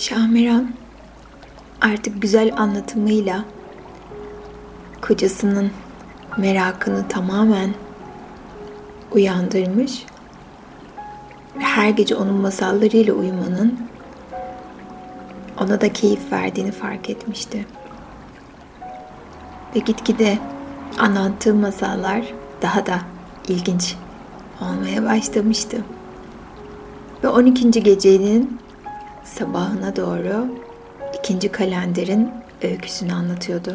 Şahmeran artık güzel anlatımıyla kocasının merakını tamamen uyandırmış ve her gece onun masallarıyla uyumanın ona da keyif verdiğini fark etmişti. Ve gitgide anlattığı masallar daha da ilginç olmaya başlamıştı. Ve 12. gecenin sabahına doğru 2. kalenderin öyküsünü anlatıyordu.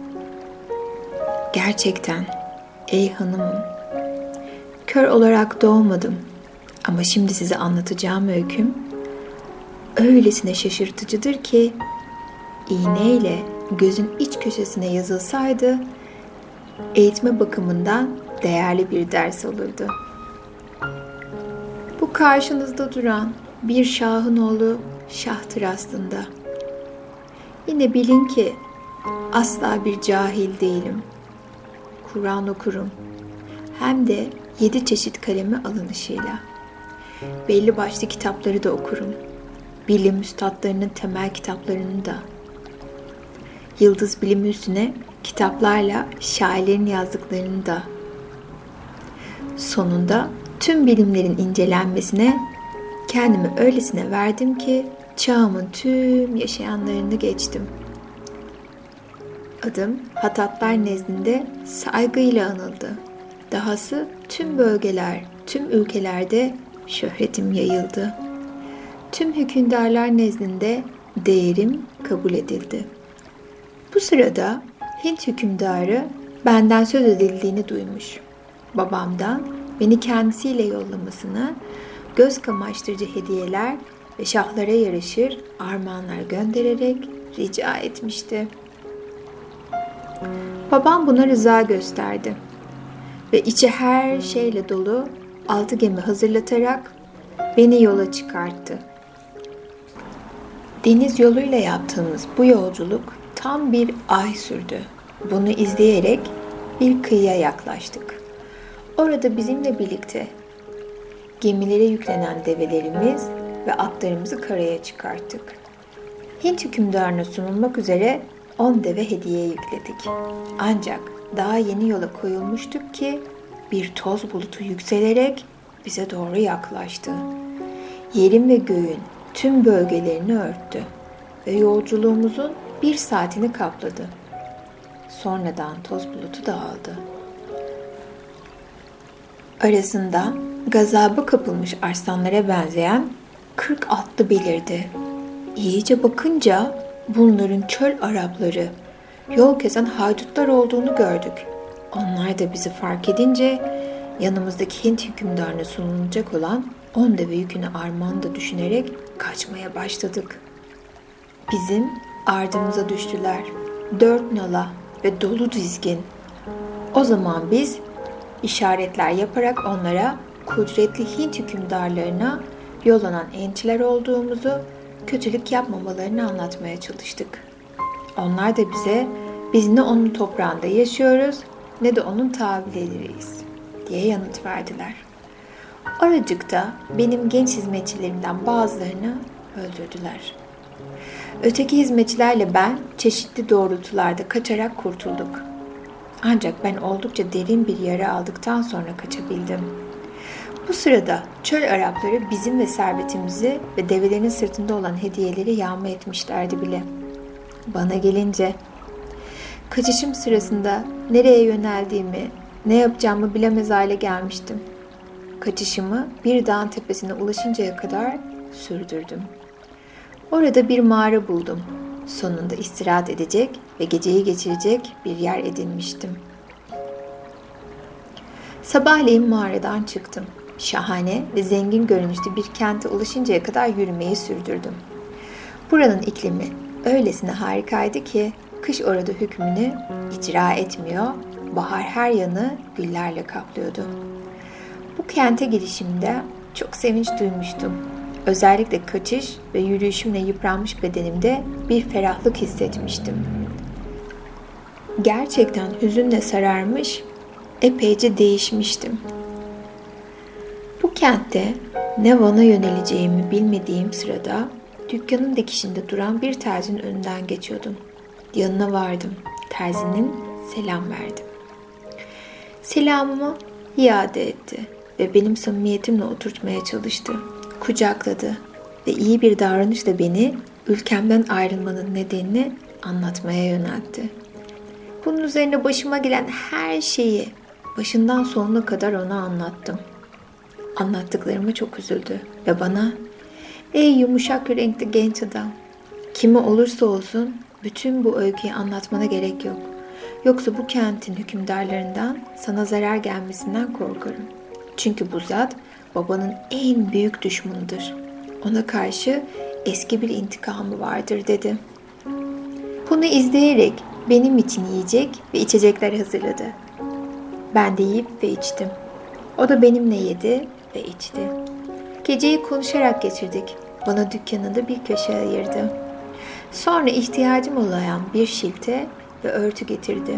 Gerçekten ey hanımım, kör olarak doğmadım ama şimdi size anlatacağım öyküm öylesine şaşırtıcıdır ki iğneyle gözün iç köşesine yazılsaydı eğitme bakımından değerli bir ders olurdu. Bu karşınızda duran bir şahın oğlu şahtır aslında. Yine bilin ki asla bir cahil değilim. Kur'an okurum. Hem de 7 çeşit kaleme alınışıyla. Belli başlı kitapları da okurum. Bilim üstadlarının temel kitaplarını da. Yıldız bilimi üstüne kitaplarla şairlerin yazdıklarını da. Sonunda tüm bilimlerin incelenmesine kendimi öylesine verdim ki çağımın tüm yaşayanlarını geçtim. Adım Hatatlar nezdinde saygıyla anıldı. Dahası tüm bölgeler, tüm ülkelerde şöhretim yayıldı. Tüm hükümdarlar nezdinde değerim kabul edildi. Bu sırada Hint hükümdarı benden söz edildiğini duymuş. Babamdan beni kendisiyle yollamasını, göz kamaştırıcı hediyeler ve şahlara yaraşır armağanlar göndererek rica etmişti. Babam buna rıza gösterdi ve içi her şeyle dolu 6 gemi hazırlatarak beni yola çıkarttı. Deniz yoluyla yaptığımız bu yolculuk tam bir ay sürdü. Bunu izleyerek bir kıyıya yaklaştık. Orada bizimle birlikte gemilere yüklenen develerimiz ve atlarımızı karaya çıkarttık. Hint hükümdarına sunulmak üzere 10 deve hediye yükledik. Ancak daha yeni yola koyulmuştuk ki bir toz bulutu yükselerek bize doğru yaklaştı. Yerin ve göğün tüm bölgelerini örttü ve yolculuğumuzun 1 saatini kapladı. Sonradan toz bulutu dağıldı. Arasında gazaba kapılmış arslanlara benzeyen 40 atlı belirdi. İyice bakınca bunların çöl Arapları, yol kesen haydutlar olduğunu gördük. Onlar da bizi fark edince yanımızdaki Hint hükümdarına sunulacak olan 10 deve yükünü armağanı düşünerek kaçmaya başladık. Bizim ardımıza düştüler. 4 nala ve dolu dizgin. O zaman biz işaretler yaparak onlara kudretli Hint hükümdarlarına yollanan elçiler olduğumuzu, kötülük yapmamalarını anlatmaya çalıştık. Onlar da bize biz ne onun toprağında yaşıyoruz ne de onun tabirleriyiz diye yanıt verdiler. Oracıkta benim genç hizmetçilerimden bazılarını öldürdüler. Öteki hizmetçilerle ben çeşitli doğrultularda kaçarak kurtulduk. Ancak ben oldukça derin bir yara aldıktan sonra kaçabildim. Bu sırada çöl Arapları bizim ve servetimizi ve develerin sırtında olan hediyeleri yağma etmişlerdi bile. Bana gelince kaçışım sırasında nereye yöneldiğimi, ne yapacağımı bilemez hale gelmiştim. Kaçışımı bir dağın tepesine ulaşıncaya kadar sürdürdüm. Orada bir mağara buldum. Sonunda istirahat edecek ve geceyi geçirecek bir yer edinmiştim. Sabahleyin mağaradan çıktım. Şahane ve zengin görünüşlü bir kente ulaşıncaya kadar yürümeyi sürdürdüm. Buranın iklimi öylesine harikaydı ki kış orada hükmünü icra etmiyor, bahar her yanı güllerle kaplıyordu. Bu kente girişimde çok sevinç duymuştum. Özellikle kaçış ve yürüyüşümle yıpranmış bedenimde bir ferahlık hissetmiştim. Gerçekten hüzünle sararmış, epeyce değişmiştim. Bu kentte ne Van'a yöneleceğimi bilmediğim sırada dükkanın dikişinde duran bir terzinin önünden geçiyordum. Yanına vardım. Terzinin selam verdim. Selamımı iade etti ve benim samimiyetimle oturtmaya çalıştı. Kucakladı ve iyi bir davranışla beni ülkemden ayrılmanın nedenini anlatmaya yöneltti. Bunun üzerine başıma gelen her şeyi başından sonuna kadar ona anlattım. Anlattıklarıma çok üzüldü ve bana "Ey yumuşak yürekli genç adam, kimi olursa olsun bütün bu öyküyü anlatmana gerek yok. Yoksa bu kentin hükümdarlarından sana zarar gelmesinden korkarım. Çünkü bu zat babanın en büyük düşmanıdır. Ona karşı eski bir intikamı vardır" dedi. Bunu izleyerek benim için yiyecek ve içecekler hazırladı. Ben de yiyip ve içtim. O da benimle yedi ve içti. Geceyi konuşarak geçirdik. Bana dükkanında bir köşe ayırdı. Sonra ihtiyacım olan bir şilte ve örtü getirdi.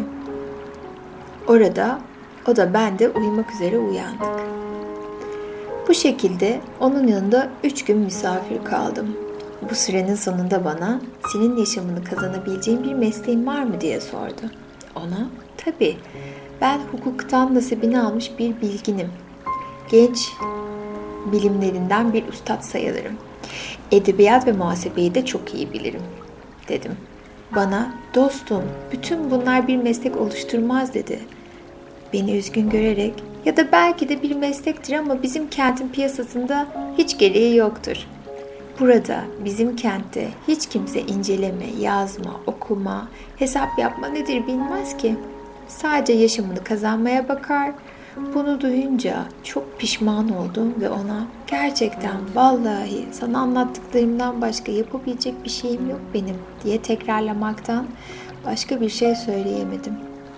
Orada o da ben de uyumak üzere uyandık. Bu şekilde onun yanında 3 gün misafir kaldım. Bu sürenin sonunda bana "Senin yaşamını kazanabileceğin bir mesleğin var mı?" diye sordu. Ona "Tabii, ben hukuktan nasibini almış bir bilginim. Genç bilimlerinden bir üstad sayılırım. Edebiyat ve muhasebeyi de çok iyi bilirim" dedim. Bana "Dostum, bütün bunlar bir meslek oluşturmaz" dedi. Beni üzgün görerek "Ya da belki de bir meslektir ama bizim kentin piyasasında hiç gereği yoktur. Burada, bizim kentte hiç kimse inceleme, yazma, okuma, hesap yapma nedir bilmez ki. Sadece yaşamını kazanmaya bakar." Bunu duyunca çok pişman oldum ve ona "Gerçekten vallahi sana anlattıklarımdan başka yapabilecek bir şeyim yok benim" diye tekrarlamaktan başka bir şey söyleyemedim.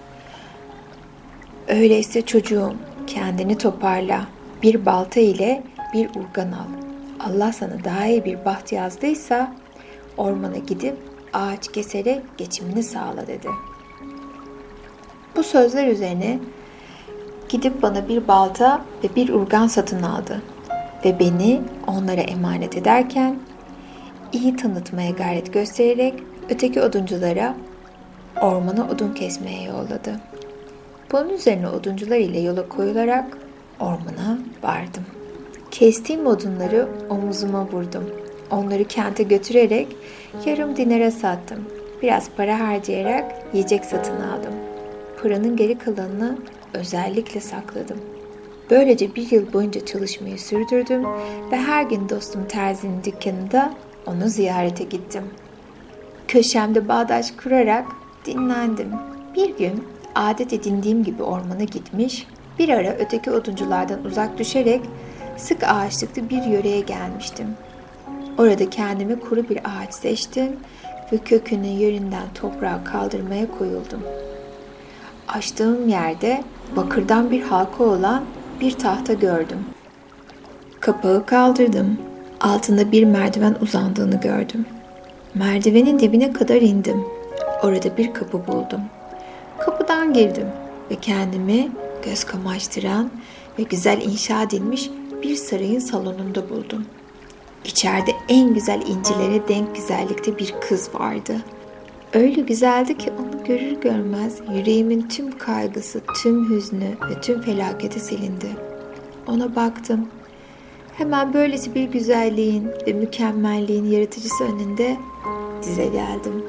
"Öyleyse çocuğum, kendini toparla. Bir balta ile bir urgan al. Allah sana daha iyi bir baht yazdıysa ormana gidip ağaç keserek geçimini sağla" dedi. Bu sözler üzerine gidip bana bir balta ve bir urgan satın aldı ve beni onlara emanet ederken iyi tanıtmaya gayret göstererek öteki odunculara ormana odun kesmeye yolladı. Bunun üzerine oduncular ile yola koyularak ormana vardım. Kestiğim odunları omuzuma vurdum. Onları kente götürerek yarım dinara sattım. Biraz para harcayarak yiyecek satın aldım. Paranın geri kalanını özellikle sakladım. Böylece 1 yıl boyunca çalışmayı sürdürdüm ve her gün dostum terzinin dükkanında onu ziyarete gittim. Köşemde bağdaş kurarak dinlendim. Bir gün adet edindiğim gibi ormana gitmiş, bir ara öteki odunculardan uzak düşerek sık ağaçlıklı bir yöreye gelmiştim. Orada kendime kuru bir ağaç seçtim ve kökünü yerinden toprağa kaldırmaya koyuldum. Açtığım yerde bakırdan bir halka olan bir tahta gördüm. Kapağı kaldırdım. Altında bir merdiven uzandığını gördüm. Merdivenin dibine kadar indim. Orada bir kapı buldum. Kapıdan girdim ve kendimi göz kamaştıran ve güzel inşa edilmiş bir sarayın salonunda buldum. İçeride en güzel incilere denk güzellikte bir kız vardı. Öyle güzeldi ki onu görür görmez yüreğimin tüm kaygısı, tüm hüznü ve tüm felaketi silindi. Ona baktım. Hemen böylesi bir güzelliğin ve mükemmelliğin yaratıcısı önünde dize geldim.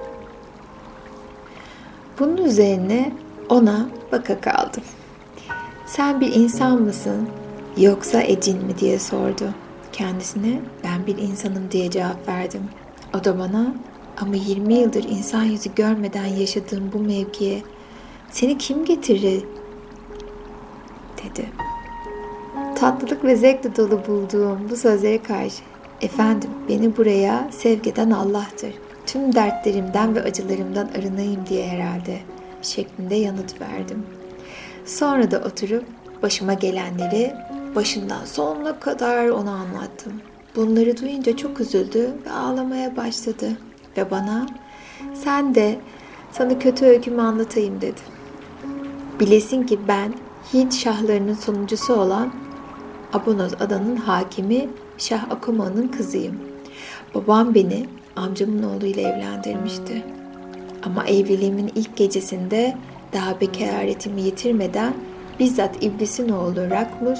Bunun üzerine ona baka kaldım. "Sen bir insan mısın yoksa ecin mi?" diye sordu. Kendisine "Ben bir insanım" diye cevap verdim. O da bana "Ama 20 yıldır insan yüzü görmeden yaşadığım bu mevkiye seni kim getirir?" dedi. Tatlılık ve zevkle dolu bulduğum bu sözlere karşı "Efendim, beni buraya sevk eden Allah'tır. Tüm dertlerimden ve acılarımdan arınayım diye herhalde" şeklinde yanıt verdim. Sonra da oturup başıma gelenleri başından sonuna kadar ona anlattım. Bunları duyunca çok üzüldü ve ağlamaya başladı ve bana "Sen de sana kötü öykümü anlatayım" dedi. Bilesin ki ben Hint şahlarının sonuncusu olan Abonoz adanın hakimi Şah Akoma'nın kızıyım. Babam beni amcamın oğluyla evlendirmişti. Ama evliliğimin ilk gecesinde daha bekaretimi yitirmeden bizzat iblisin oğlu Rakmus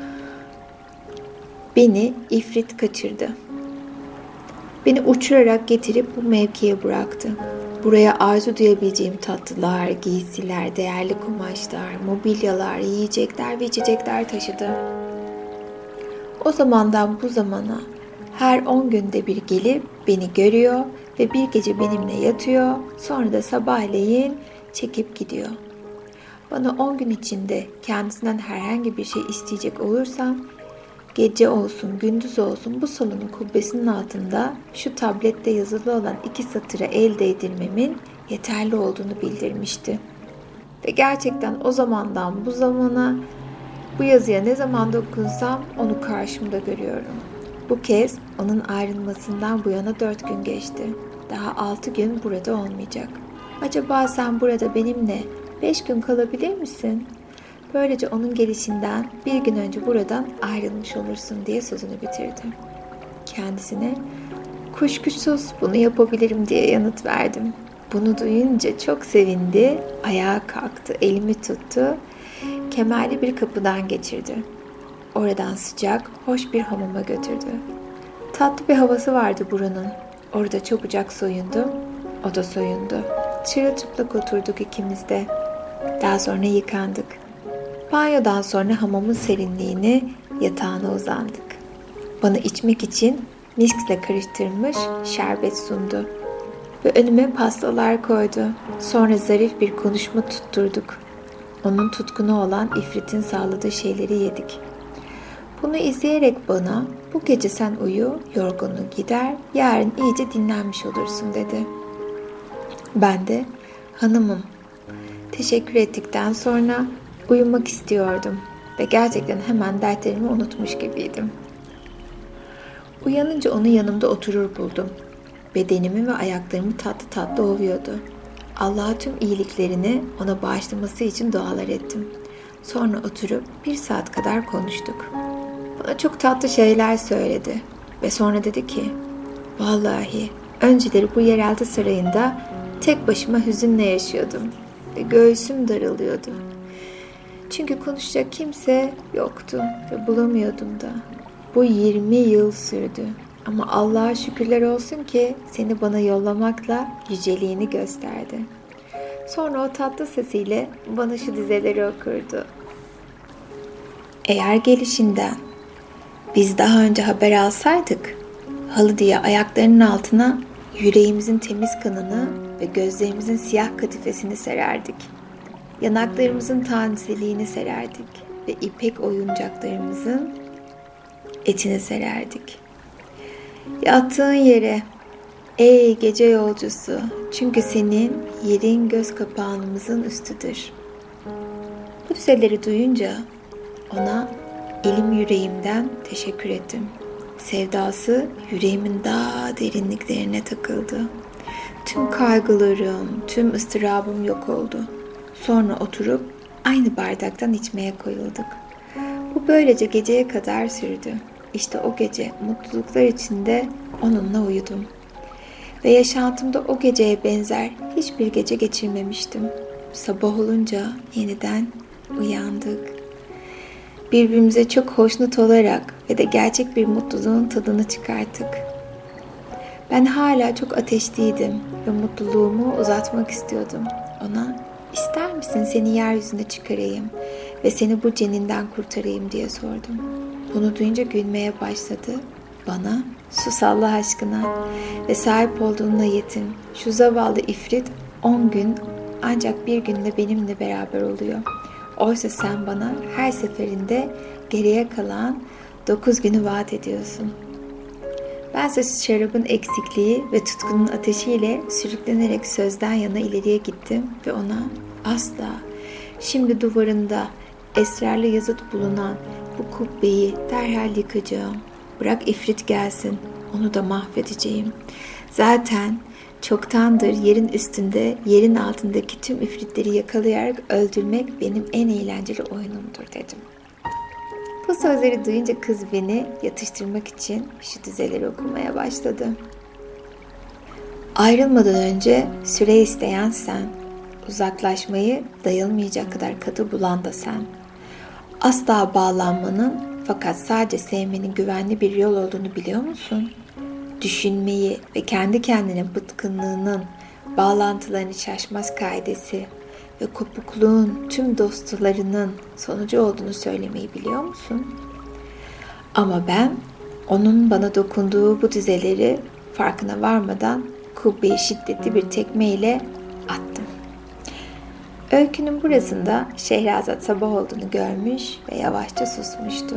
beni ifrit kaçırdı. Beni uçurarak getirip bu mevkiye bıraktı. Buraya arzu duyabileceğim tatlılar, giysiler, değerli kumaşlar, mobilyalar, yiyecekler ve içecekler taşıdı. O zamandan bu zamana her 10 günde bir gelip beni görüyor ve bir gece benimle yatıyor, sonra da sabahleyin çekip gidiyor. Bana 10 gün içinde kendisinden herhangi bir şey isteyecek olursam, gece olsun, gündüz olsun bu salonun kubbesinin altında şu tablette yazılı olan 2 satıra el değdirmemin yeterli olduğunu bildirmişti. Ve gerçekten o zamandan bu zamana bu yazıya ne zaman dokunsam onu karşımda görüyorum. Bu kez onun ayrılmasından bu yana 4 gün geçti. Daha 6 gün burada olmayacak. Acaba sen burada benimle 5 gün kalabilir misin? Böylece onun gelişinden bir gün önce buradan ayrılmış olursun diye sözünü bitirdi. Kendisine kuşkusuz bunu yapabilirim diye yanıt verdim. Bunu duyunca çok sevindi, ayağa kalktı, elimi tuttu, kemerli bir kapıdan geçirdi. Oradan sıcak, hoş bir hamama götürdü. Tatlı bir havası vardı buranın. Orada çabucak soyundu, o da soyundu. Çırılçıplak oturduk ikimiz de. Daha sonra yıkandık. Banyodan sonra hamamın serinliğini yatağına uzandık. Bana içmek için miskle karıştırılmış şerbet sundu. Ve önüme pastalar koydu. Sonra zarif bir konuşma tutturduk. Onun tutkunu olan ifritin sağladığı şeyleri yedik. Bunu izleyerek bana, bu gece sen uyu, yorgunluğu gider, yarın iyice dinlenmiş olursun dedi. Ben de, hanımım, teşekkür ettikten sonra uyumak istiyordum ve gerçekten hemen dertlerimi unutmuş gibiydim. Uyanınca onu yanımda oturur buldum. Bedenimi ve ayaklarımı tatlı tatlı ovuyordu. Allah'a tüm iyiliklerini ona bağışlaması için dualar ettim. Sonra oturup 1 saat kadar konuştuk. Bana çok tatlı şeyler söyledi ve sonra dedi ki, vallahi önceleri bu yeraltı sarayında tek başıma hüzünle yaşıyordum ve göğsüm daralıyordu. Çünkü konuşacak kimse yoktu ve bulamıyordum da. Bu 20 yıl sürdü. Ama Allah'a şükürler olsun ki seni bana yollamakla yüceliğini gösterdi. Sonra o tatlı sesiyle bana şu dizeleri okurdu. Eğer gelişinden biz daha önce haber alsaydık, halı diye ayaklarının altına yüreğimizin temiz kanını ve gözlerimizin siyah katifesini sererdik. Yanaklarımızın taneziliğini sererdik ve ipek oyuncaklarımızın etini sererdik. Yattığın yere, ey gece yolcusu, çünkü senin yerin göz kapağımızın üstüdür. Bu dizeleri duyunca ona elim yüreğimden teşekkür ettim. Sevdası yüreğimin daha derinliklerine takıldı. Tüm kaygılarım, tüm ıstırabım yok oldu. Sonra oturup aynı bardaktan içmeye koyulduk. Bu böylece geceye kadar sürdü. İşte o gece mutluluklar içinde onunla uyudum. Ve yaşantımda o geceye benzer hiçbir gece geçirmemiştim. Sabah olunca yeniden uyandık. Birbirimize çok hoşnut olarak ve de gerçek bir mutluluğun tadını çıkarttık. Ben hala çok ateşliydim ve mutluluğumu uzatmak istiyordum. Ona, ister misin seni yeryüzüne çıkarayım ve seni bu ceninden kurtarayım diye sordum. Bunu duyunca gülmeye başladı. Bana, sus Allah aşkına ve sahip olduğunla yetin. Şu zavallı ifrit 10 gün ancak bir günde benimle beraber oluyor. Oysa sen bana her seferinde geriye kalan 9 günü vaat ediyorsun. Bense şarabın eksikliği ve tutkunun ateşiyle sürüklenerek sözden yana ileriye gittim ve ona asla şimdi duvarında esrarlı yazıt bulunan bu kubbeyi derhal yıkacağım. Bırak ifrit gelsin, onu da mahvedeceğim. Zaten çoktandır yerin üstünde, yerin altındaki tüm ifritleri yakalayarak öldürmek benim en eğlenceli oyunumdur dedim. Bu sözleri duyunca kız beni yatıştırmak için şu dizeleri okumaya başladı. Ayrılmadan önce süre isteyen sen, uzaklaşmayı dayanılmayacak kadar katı bulan da sen. Asla bağlanmanın fakat sadece sevmenin güvenli bir yol olduğunu biliyor musun? Düşünmeyi ve kendi kendine bıtkınlığının, bağlantılarını şaşmaz kaidesi ve kopukluğun tüm dostlarının sonucu olduğunu söylemeyi biliyor musun? Ama ben onun bana dokunduğu bu dizeleri farkına varmadan kubbeyi şiddetli bir tekmeyle attım. Öykünün burasında Şehrazat sabah olduğunu görmüş ve yavaşça susmuştu.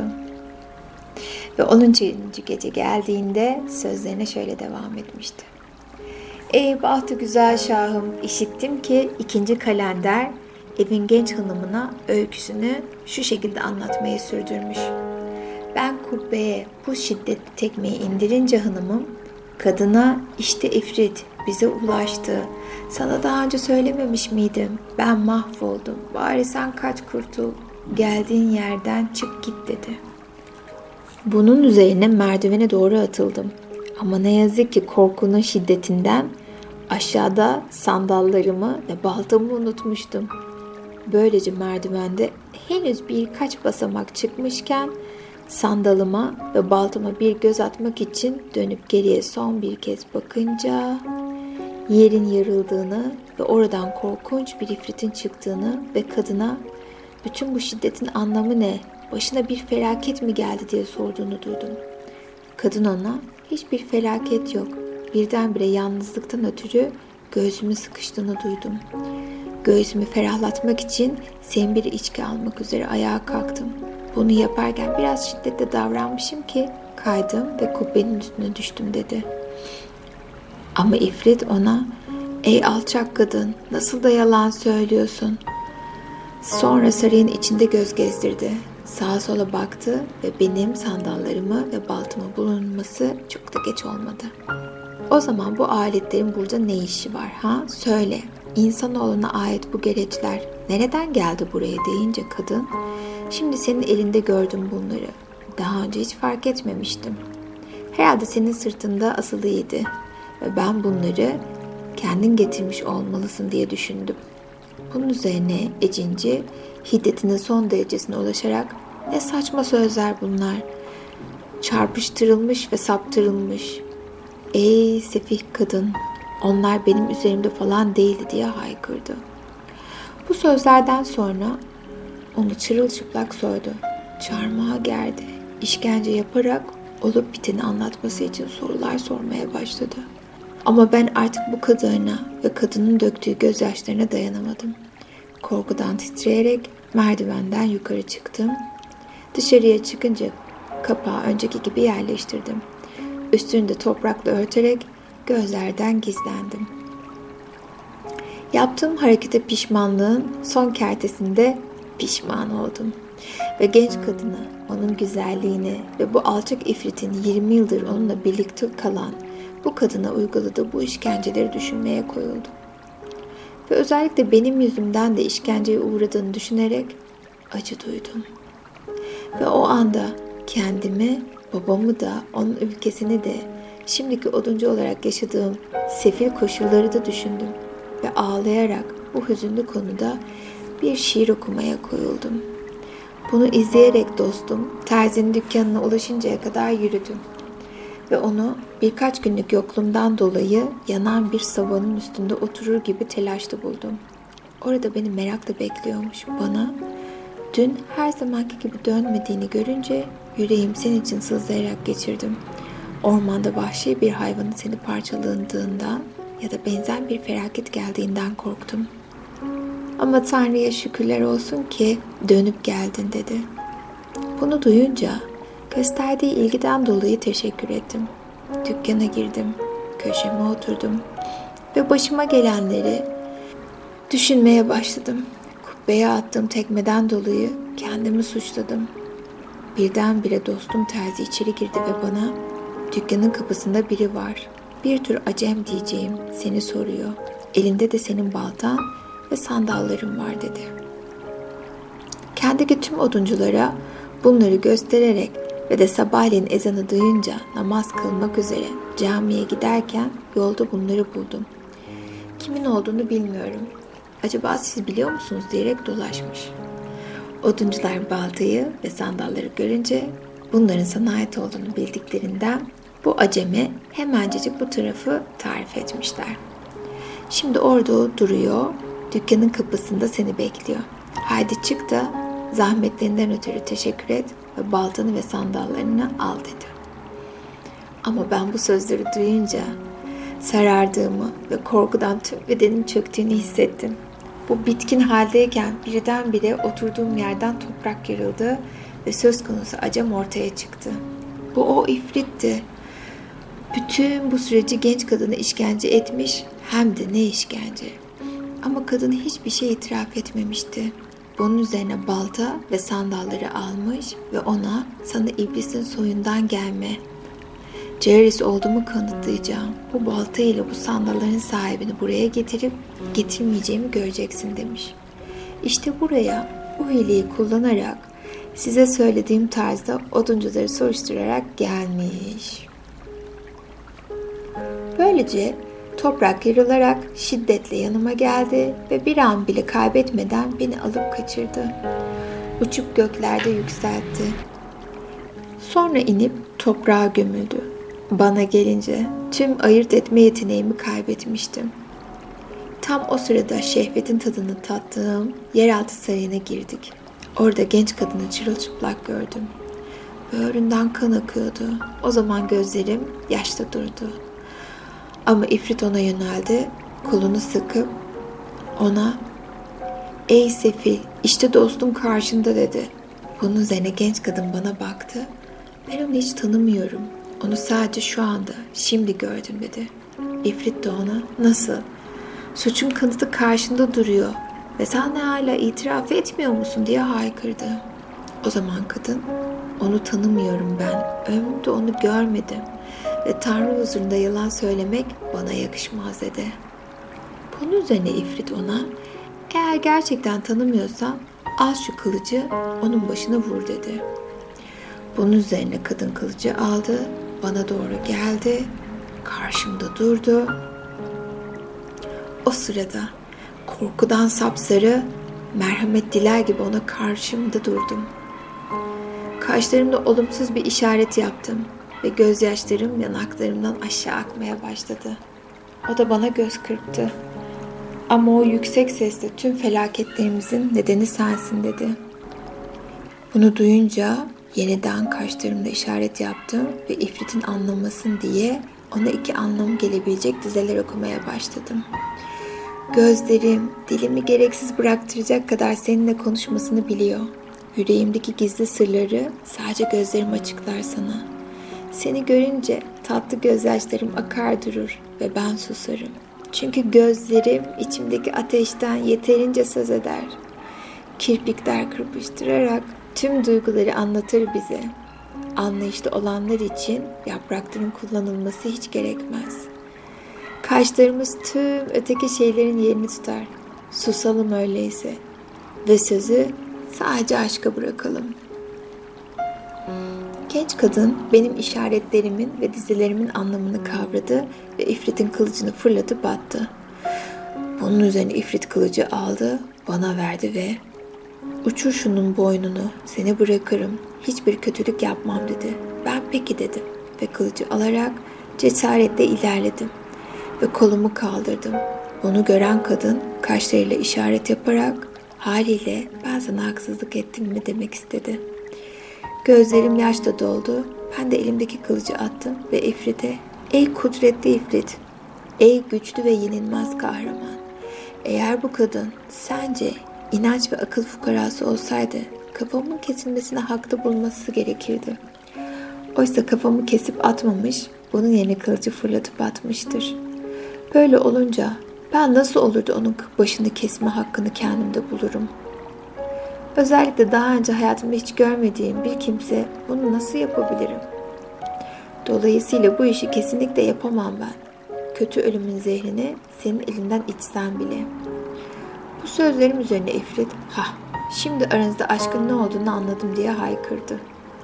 Ve 10. gece geldiğinde sözlerine şöyle devam etmişti. Ey bahtı güzel şahım, işittim ki 2. kalender evin genç hanımına öyküsünü şu şekilde anlatmayı sürdürmüş. Ben kubbeye bu şiddetli tekmeyi indirince hanımım, kadına işte ifrit bize ulaştı. Sana daha önce söylememiş miydim? Ben mahvoldum. Bari sen kaç kurtul. Geldiğin yerden çık git dedi. Bunun üzerine merdivene doğru atıldım. Ama ne yazık ki korkunun şiddetinden aşağıda sandallarımı ve baltamı unutmuştum. Böylece merdivende henüz birkaç basamak çıkmışken sandalıma ve baltama bir göz atmak için dönüp geriye son bir kez bakınca yerin yarıldığını ve oradan korkunç bir ifritin çıktığını ve kadına bütün bu şiddetin anlamı ne, başına bir felaket mi geldi diye sorduğunu duydum. Kadın ona hiçbir felaket yok, birdenbire yalnızlıktan ötürü göğsümü sıkıştığını duydum. Göğsümü ferahlatmak için bir içki almak üzere ayağa kalktım. Bunu yaparken biraz şiddetle davranmışım ki kaydım ve kubbenin üstüne düştüm dedi. Ama ifrit ona, ey alçak kadın, nasıl da yalan söylüyorsun? Sonra sarayın içinde göz gezdirdi. Sağa sola baktı ve benim sandallarımı ve baltamı bulunması çok da geç olmadı. O zaman bu aletlerin burada ne işi var ha? Söyle, insanoğluna ait bu gereçler nereden geldi buraya deyince kadın, şimdi senin elinde gördüm bunları. Daha önce hiç fark etmemiştim. Herhalde senin sırtında asılıydı ve ben bunları kendin getirmiş olmalısın diye düşündüm. Bunun üzerine Ecinci hiddetinin son derecesine ulaşarak ne saçma sözler bunlar. Çarpıştırılmış ve saptırılmış. Ey sefih kadın, onlar benim üzerimde falan değildi diye haykırdı. Bu sözlerden sonra onu çırılçıplak soydu. Çarmıha gerdi. İşkence yaparak olup biteni anlatması için sorular sormaya başladı. Ama ben artık bu kadarına ve kadının döktüğü gözyaşlarına dayanamadım. Korkudan titreyerek merdivenden yukarı çıktım. Dışarıya çıkınca kapağı önceki gibi yerleştirdim. Üstünü de toprakla örterek gözlerden gizlendim. Yaptığım harekete pişmanlığın son kertesinde pişman oldum. Ve genç kadını, onun güzelliğini ve bu alçak ifritin 20 yıldır onunla birlikte kalan bu kadına uyguladığı bu işkenceleri düşünmeye koyuldum. Ve özellikle benim yüzümden de işkenceye uğradığını düşünerek acı duydum. Ve o anda kendimi, babamı da, onun ülkesini de, şimdiki oduncu olarak yaşadığım sefil koşulları da düşündüm. Ve ağlayarak bu hüzünlü konuda bir şiir okumaya koyuldum. Bunu izleyerek dostum terzinin dükkanına ulaşıncaya kadar yürüdüm. Ve onu birkaç günlük yokluğumdan dolayı yanan bir savanın üstünde oturur gibi telaşlı buldum. Orada beni merakla bekliyormuş. Bana dün her zamanki gibi dönmediğini görünce yüreğim senin için sızlayarak geçirdim. Ormanda vahşi bir hayvanın seni parçaladığından ya da benzer bir felaket geldiğinden korktum. Ama Tanrı'ya şükürler olsun ki dönüp geldin dedi. Bunu duyunca gösterdiği ilgiden dolayı teşekkür ettim. Dükkana girdim, köşeme oturdum ve başıma gelenleri düşünmeye başladım. Kubbeye attığım tekmeden dolayı kendimi suçladım. Birdenbire dostum terzi içeri girdi ve bana dükkanın kapısında biri var. Bir tür acem diyeceğim seni soruyor. Elinde de senin baltan ve sandalların var dedi. Kendiki tüm odunculara Bunları göstererek ve de sabahleyin ezanı duyunca namaz kılmak üzere camiye giderken yolda bunları buldum. Kimin olduğunu bilmiyorum. Acaba siz biliyor musunuz diyerek dolaşmış. Oduncular baltayı ve sandalları görünce bunların sana ait olduğunu bildiklerinden bu aceme hemencecik bu tarafı tarif etmişler. Şimdi orada o duruyor, dükkanın kapısında seni bekliyor. Haydi çık da zahmetlerinden ötürü teşekkür et ve baltanı ve sandallarını al dedi. Ama ben bu sözleri duyunca sarardığımı ve korkudan tüm bedenim çöktüğünü hissettim. Bu bitkin haldeyken birdenbire oturduğum yerden toprak yarıldı ve söz konusu acem ortaya çıktı. Bu o ifritti. Bütün bu süreci genç kadını işkence etmiş, hem de ne işkence. Ama kadın hiçbir şey itiraf etmemişti. Bunun üzerine balta ve sandalları almış ve ona sana iblisin soyundan gelme, Ceres olduğumu kanıtlayacağım. Bu balta ile bu sandalların sahibini buraya getirip getirmeyeceğimi göreceksin demiş. İşte buraya bu hileyi kullanarak size söylediğim tarzda oduncuları soruşturarak gelmiş. Böylece toprak yarılarak şiddetle yanıma geldi ve bir an bile kaybetmeden beni alıp kaçırdı. Uçup göklerde yükseltti. Sonra inip toprağa gömüldü. Bana gelince tüm ayırt etme yeteneğimi kaybetmiştim. Tam o sırada şehvetin tadını tattığım yeraltı sarayına girdik. Orada genç kadını çırılçıplak gördüm. Böğründen kan akıyordu. O zaman gözlerim yaşta durdu. Ama ifrit ona yöneldi, kolunu sıkıp ona "Ey sefil, işte dostum karşında" dedi. Bunun üzerine genç kadın bana baktı. "Ben onu hiç tanımıyorum. Onu sadece şu anda, şimdi gördüm" dedi. İfrit de ona "Nasıl? Suçun kanıtı karşında duruyor ve sen hala itiraf etmiyor musun?" diye haykırdı. O zaman kadın "Onu tanımıyorum ben. Ömrümde onu görmedim ve Tanrı huzurunda yalan söylemek bana yakışmaz" dedi. Bunun üzerine ifrit ona "Eğer gerçekten tanımıyorsan al şu kılıcı, onun başına vur" dedi. Bunun üzerine kadın kılıcı aldı, bana doğru geldi, karşımda durdu. O sırada korkudan sapsarı, merhamet diler gibi ona karşımda durdum. Kaşlarımda olumsuz bir işaret yaptım ve gözyaşlarım yanaklarımdan aşağı akmaya başladı. O da bana göz kırptı. Ama o yüksek sesle "Tüm felaketlerimizin nedeni sensin" dedi. Bunu duyunca yeniden kaşlarımda işaret yaptım ve ifritin anlamasın diye ona iki anlamı gelebilecek dizeler okumaya başladım. Gözlerim dilimi gereksiz bıraktıracak kadar seninle konuşmasını biliyor. Yüreğimdeki gizli sırları sadece gözlerim açıklar sana. Seni görünce tatlı gözyaşlarım akar durur ve ben susarım. Çünkü gözlerim içimdeki ateşten yeterince söz eder. Kirpikler kırpıştırarak tüm duyguları anlatır bize. Anlayışlı olanlar için yaprakların kullanılması hiç gerekmez. Kaşlarımız tüm öteki şeylerin yerini tutar. Susalım öyleyse ve sözü sadece aşka bırakalım. Genç kadın benim işaretlerimin ve dizelerimin anlamını kavradı ve ifritin kılıcını fırlatıp attı. Bunun üzerine ifrit kılıcı aldı, bana verdi ve "Uçur şunun boynunu, seni bırakırım, hiçbir kötülük yapmam" dedi. Ben "Peki" dedim ve kılıcı alarak cesaretle ilerledim ve kolumu kaldırdım. Onu gören kadın kaşlarıyla işaret yaparak "Haliyle ben sana haksızlık ettim mi?" demek istedi. Gözlerim yaşla doldu. Ben de elimdeki kılıcı attım ve ifrite "Ey kudretli ifrit, ey güçlü ve yenilmez kahraman. Eğer bu kadın sence inanç ve akıl fukarası olsaydı kafamın kesilmesine haklı bulunması gerekirdi. Oysa kafamı kesip atmamış, bunun yerine kılıcı fırlatıp atmıştır. Böyle olunca ben nasıl olur da onun başını kesme hakkını kendimde bulurum? Özellikle daha önce hayatımda hiç görmediğim bir kimse bunu nasıl yapabilirim? Dolayısıyla bu işi kesinlikle yapamam ben. Kötü ölümün zehrini senin elinden içsem bile. Bu Bu sözlerim üzerine İfrit, şimdi aranızda aşkın ne olduğunu anladım diye haykırdı.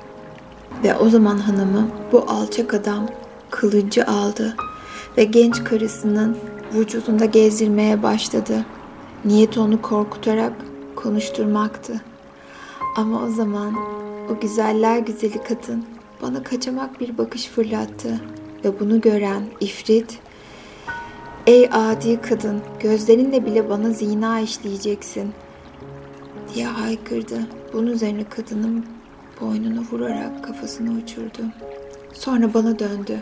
Ve o zaman hanımı bu alçak adam kılıcı aldı ve genç karısının vücudunda gezdirmeye başladı. Niyeti onu korkutarak konuşturmaktı. Ama o zaman o güzeller güzeli kadın bana kaçamak bir bakış fırlattı ve bunu gören İfrit, "Ey adi kadın, gözlerinle bile bana zina işleyeceksin," diye haykırdı. Bunun üzerine kadının boynunu vurarak kafasını uçurdu. Sonra bana döndü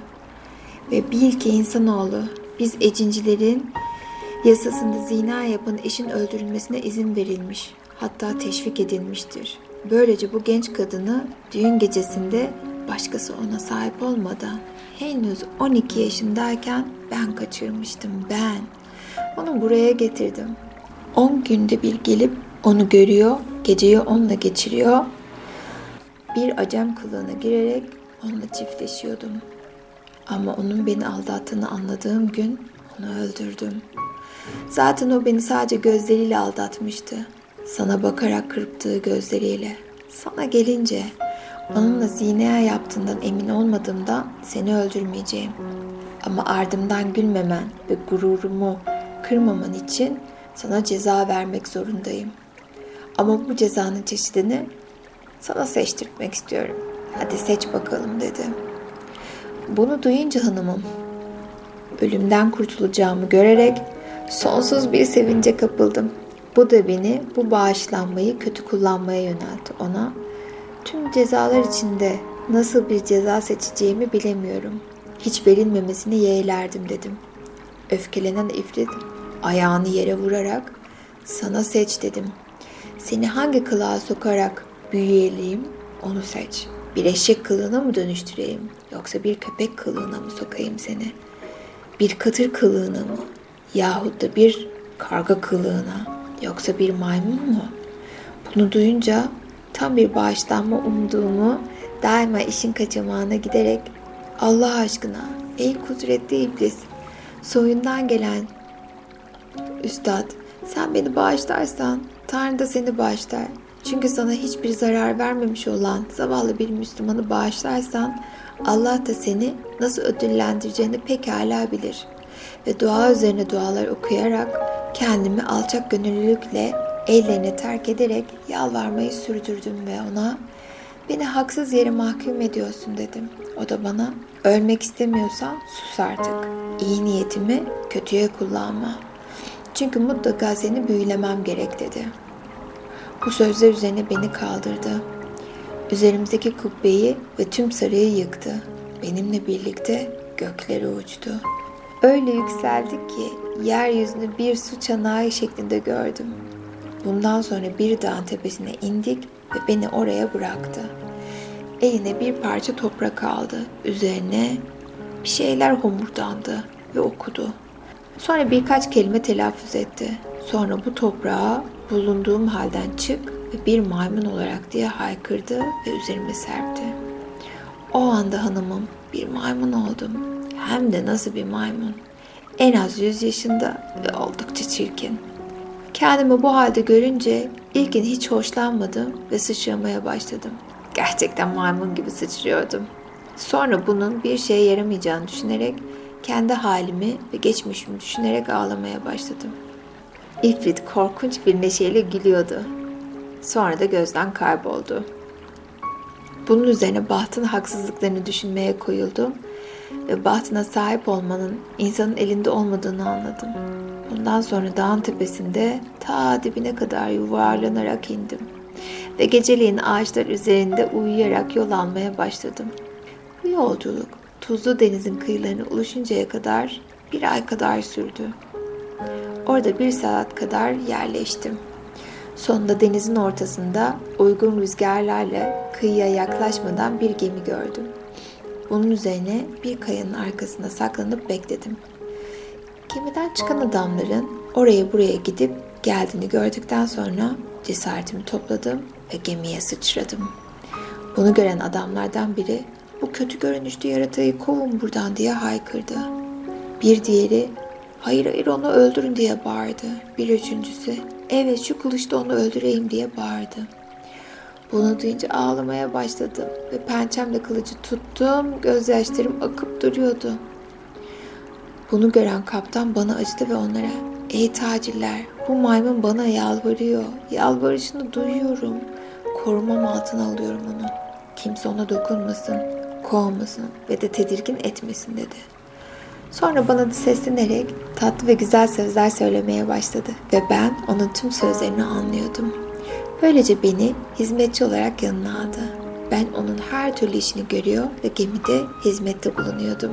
ve bil ki insanoğlu, biz ecincilerin yasasında zina yapan eşin öldürülmesine izin verilmiş, hatta teşvik edilmiştir. Böylece bu genç kadını düğün gecesinde başkası ona sahip olmadan henüz 12 yaşındayken ben kaçırmıştım, ben. Onu buraya getirdim. 10 günde bir gelip onu görüyor, geceyi onunla geçiriyor. Bir acem kılığına girerek onunla çiftleşiyordum. Ama onun beni aldattığını anladığım gün onu öldürdüm. Zaten o beni sadece gözleriyle aldatmıştı. Sana bakarak kırptığı gözleriyle. Sana gelince onunla zina yaptığından emin olmadığımda seni öldürmeyeceğim. Ama ardımdan gülmemen ve gururumu kırmaman için sana ceza vermek zorundayım. Ama bu cezanın çeşidini sana seçtirtmek istiyorum. Hadi seç bakalım dedi. Bunu duyunca hanımım, ölümden kurtulacağımı görerek sonsuz bir sevince kapıldım. Bu da beni bu bağışlanmayı kötü kullanmaya yöneltti. Ona tüm cezalar içinde nasıl bir ceza seçeceğimi bilemiyorum. Hiç verilmemesini yeğlerdim dedim. Öfkelenen İfrit ayağını yere vurarak sana seç dedim. Seni hangi kılığa sokarak büyüyeleyim onu seç. Bir eşek kılığına mı dönüştüreyim yoksa bir köpek kılığına mı sokayım seni? Bir katır kılığına mı yahut da bir karga kılığına yoksa bir maymun mu? Bunu duyunca tam bir bağışlanma umduğumu daima işin kaçamağına giderek Allah aşkına ey kudretli iblis, soyundan gelen üstad, sen beni bağışlarsan Tanrı da seni bağışlar. Çünkü sana hiçbir zarar vermemiş olan zavallı bir Müslümanı bağışlarsan Allah da seni nasıl ödüllendireceğini pekala bilir. Ve dua üzerine dualar okuyarak kendimi alçak gönüllülükle ellerini terk ederek yalvarmayı sürdürdüm ve ona beni haksız yere mahkum ediyorsun dedim. O da bana ölmek istemiyorsan sus artık. İyi niyetimi kötüye kullanma. Çünkü mutlaka seni büyülemem gerek dedi. Bu sözler üzerine beni kaldırdı. Üzerimizdeki kubbeyi ve tüm sarayı yıktı. Benimle birlikte göklere uçtu. Öyle yükseldik ki yeryüzünü bir su çanağı şeklinde gördüm. Bundan sonra bir dağın tepesine indik ve beni oraya bıraktı. Eline bir parça toprak aldı. Üzerine bir şeyler homurdandı ve okudu. Sonra birkaç kelime telaffuz etti. Sonra bu toprağa bulunduğum halden çık ve bir maymun olarak diye haykırdı ve üzerime serpti. O anda hanımım bir maymun oldum. Hem de nasıl bir maymun. En az 100 yaşında ve oldukça çirkin. Kendimi bu halde görünce ilkin hiç hoşlanmadım ve sıçramaya başladım. Gerçekten maymun gibi sıçrıyordum. Sonra bunun bir şeye yaramayacağını düşünerek kendi halimi ve geçmişimi düşünerek ağlamaya başladım. İfrit korkunç bir neşeyle gülüyordu. Sonra da gözden kayboldu. Bunun üzerine bahtın haksızlıklarını düşünmeye koyuldum ve bahtına sahip olmanın insanın elinde olmadığını anladım. Bundan sonra dağın tepesinde ta dibine kadar yuvarlanarak indim ve geceleyin ağaçlar üzerinde uyuyarak yol almaya başladım. Bu yolculuk tuzlu denizin kıyılarına ulaşıncaya kadar 1 ay kadar sürdü. Orada 1 saat kadar yerleştim. Sonunda denizin ortasında uygun rüzgarlarla kıyıya yaklaşmadan bir gemi gördüm. Bunun üzerine bir kayanın arkasına saklanıp bekledim. Gemiden çıkan adamların oraya buraya gidip geldiğini gördükten sonra cesaretimi topladım ve gemiye sıçradım. Bunu gören adamlardan biri bu kötü görünüşlü yaratığı kovun buradan diye haykırdı. Bir diğeri hayır hayır onu öldürün diye bağırdı. Bir üçüncüsü Evet, şu kılıçla onu öldüreyim diye bağırdı. Bunu duyunca ağlamaya başladım ve pençemle kılıcı tuttum, gözyaşlarım akıp duruyordu. Bunu gören kaptan bana acıdı ve onlara, ''Ey tacirler, bu maymun bana yalvarıyor, yalvarışını duyuyorum, korumam altına alıyorum onu. Kimse ona dokunmasın, kovmasın ve de tedirgin etmesin.'' dedi. Sonra bana da seslenerek tatlı ve güzel sözler söylemeye başladı ve ben onun tüm sözlerini anlıyordum. Böylece beni hizmetçi olarak yanına aldı. Ben onun her türlü işini görüyor ve gemide hizmette bulunuyordum.